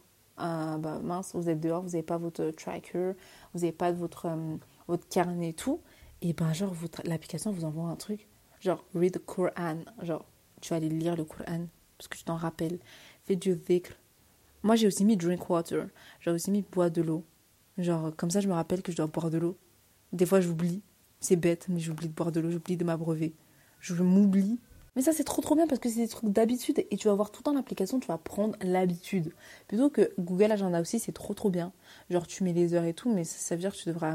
mince, vous êtes dehors, vous n'avez pas votre tracker, vous n'avez pas votre carnet et tout, et ben genre l'application vous envoie un truc, genre read the Quran, genre tu vas aller lire le Quran, parce que tu t'en rappelles, fais du dhikr. Moi, j'ai aussi mis drink water. J'ai aussi mis boire de l'eau. Genre, comme ça, je me rappelle que je dois boire de l'eau. Des fois, j'oublie. C'est bête, mais j'oublie de boire de l'eau. J'oublie de m'abreuver. Je m'oublie. Mais ça, c'est trop bien parce que c'est des trucs d'habitude. Et tu vas voir tout dans l'application, tu vas prendre l'habitude. Plutôt que Google Agenda aussi, c'est trop bien. Genre, tu mets les heures et tout, mais ça veut dire que tu devras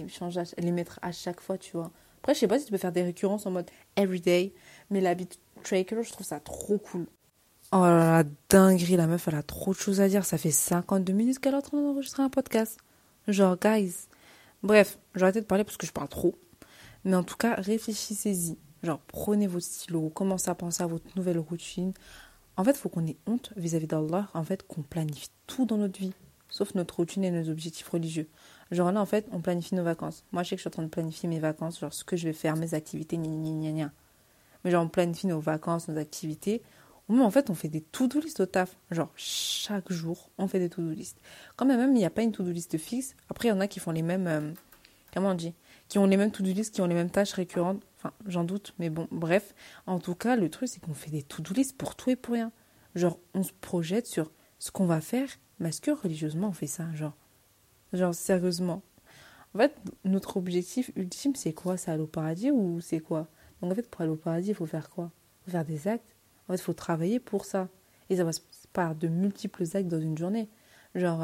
les mettre à chaque fois, tu vois. Après, je sais pas si tu peux faire des récurrences en mode everyday. Mais l'habit tracker, je trouve ça trop cool. Oh là là, dinguerie, la meuf, elle a trop de choses à dire. Ça fait 52 minutes qu'elle est en train d'enregistrer un podcast. Genre, guys. Bref, j'ai arrêté de parler parce que je parle trop. Mais en tout cas, réfléchissez-y. Genre, prenez vos stylos, commencez à penser à votre nouvelle routine. En fait, il faut qu'on ait honte vis-à-vis d'Allah, en fait, qu'on planifie tout dans notre vie. Sauf notre routine et nos objectifs religieux. Genre là, en fait, on planifie nos vacances. Moi, je sais que je suis en train de planifier mes vacances, genre ce que je vais faire, mes activités, gna. Mais genre, on planifie nos vacances, nos activités. Ou même, en fait, on fait des to-do list au taf. Genre, chaque jour, on fait des to-do list. Quand même, il n'y a pas une to-do list fixe. Après, il y en a qui font les mêmes... comment on dit ? Qui ont les mêmes to-do list, qui ont les mêmes tâches récurrentes. Enfin, j'en doute, mais bon, bref. En tout cas, le truc, c'est qu'on fait des to-do list pour tout et pour rien. Genre, on se projette sur ce qu'on va faire. Mais est-ce que religieusement, on fait ça ? Genre sérieusement. En fait, notre objectif ultime, c'est quoi ? C'est aller au paradis ou c'est quoi ? Donc en fait, pour aller au paradis, il faut faire quoi ? Il faut faire des actes. En fait, il faut travailler pour ça. Et ça passe par de multiples actes dans une journée. Genre,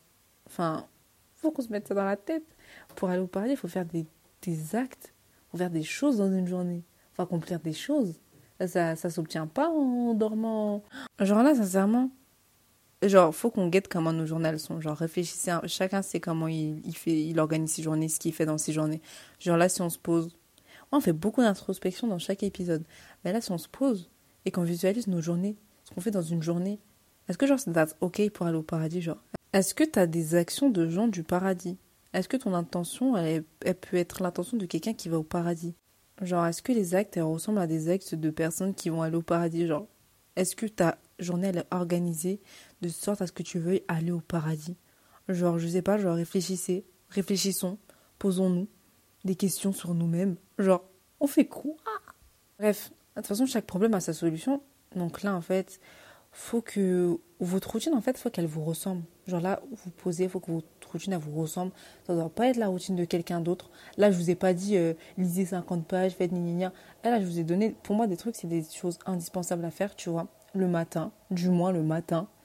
faut qu'on se mette ça dans la tête. Pour aller au paradis, il faut faire des actes. Il faut faire des choses dans une journée. Il faut accomplir des choses. Ça s'obtient pas en dormant. Genre là, sincèrement, genre, faut qu'on guette comment nos journées sont. Genre, réfléchissez, chacun sait comment il organise ses journées, ce qu'il fait dans ses journées. Genre là, si on se pose, on fait beaucoup d'introspection dans chaque épisode. Mais là, si on se pose et qu'on visualise nos journées, ce qu'on fait dans une journée, est-ce que genre, that's ok pour aller au paradis, genre? Est-ce que t'as des actions de gens du paradis? Est-ce que ton intention, elle peut être l'intention de quelqu'un qui va au paradis? Genre, est-ce que les actes, elles ressemblent à des actes de personnes qui vont aller au paradis? Genre, est-ce que ta journée, elle est organisée de sorte à ce que tu veuilles aller au paradis? Genre, je sais pas, genre, réfléchissons, posons-nous des questions sur nous-mêmes. Genre, on fait quoi? Bref, de toute façon, chaque problème a sa solution. Donc là, en fait, faut que votre routine, en fait, faut qu'elle vous ressemble. Genre là, vous posez, faut que votre routine, elle vous ressemble. Ça doit pas être la routine de quelqu'un d'autre. Là, je vous ai pas dit, lisez 50 pages, faites gna. Là, je vous ai donné, pour moi, des trucs, c'est des choses indispensables à faire, tu vois, le matin, du moins le matin.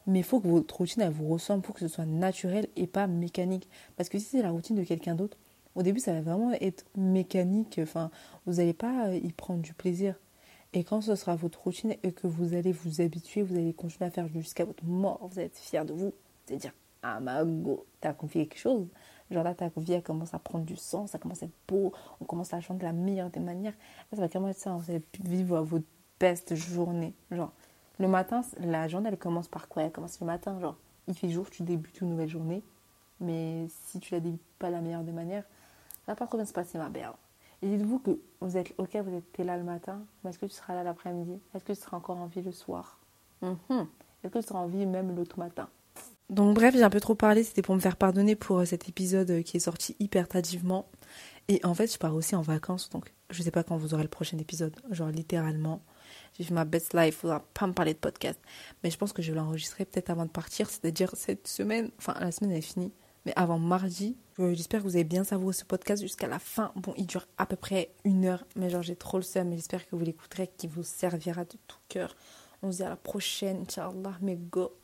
Mais il faut que votre routine, elle vous ressemble pour que ce soit naturel et pas mécanique. Parce que si c'est la routine de quelqu'un d'autre, au début, ça va vraiment être mécanique. Enfin, vous n'allez pas y prendre du plaisir. Et quand ce sera votre routine et que vous allez vous habituer, vous allez continuer à faire jusqu'à votre mort, vous allez être fier de vous. Vous allez dire, ah ma go, t'as accompli quelque chose. Genre là, ta vie, elle commence à prendre du sens, ça commence à être beau, on commence à chanter de la meilleure des manières. Là, ça va carrément être ça, vous allez vivre votre best journée. Genre, le matin, la journée, elle commence par quoi? Elle commence le matin, genre, il fait jour, tu débutes une nouvelle journée. Mais si tu la débutes pas de la meilleure des manières, ça va pas trop bien se passer, ma belle. Et dites-vous que vous êtes ok, vous êtes là le matin, mais est-ce que tu seras là l'après-midi? Est-ce que tu seras encore en vie le soir? Est-ce que tu seras en vie même l'autre matin? Donc bref, j'ai un peu trop parlé, c'était pour me faire pardonner pour cet épisode qui est sorti hyper tardivement. Et en fait, je pars aussi en vacances, donc je sais pas quand vous aurez le prochain épisode, genre littéralement. J'ai fait ma best life, il faudra pas me parler de podcast. Mais je pense que je vais l'enregistrer peut-être avant de partir, c'est-à-dire cette semaine, enfin la semaine elle est finie, mais avant mardi. J'espère que vous avez bien savouré ce podcast jusqu'à la fin. Bon, il dure à peu près 1 heure, mais genre j'ai trop le seum, mais j'espère que vous l'écouterez, qu'il vous servira de tout cœur. On se dit à la prochaine, Inch'Allah, mais go.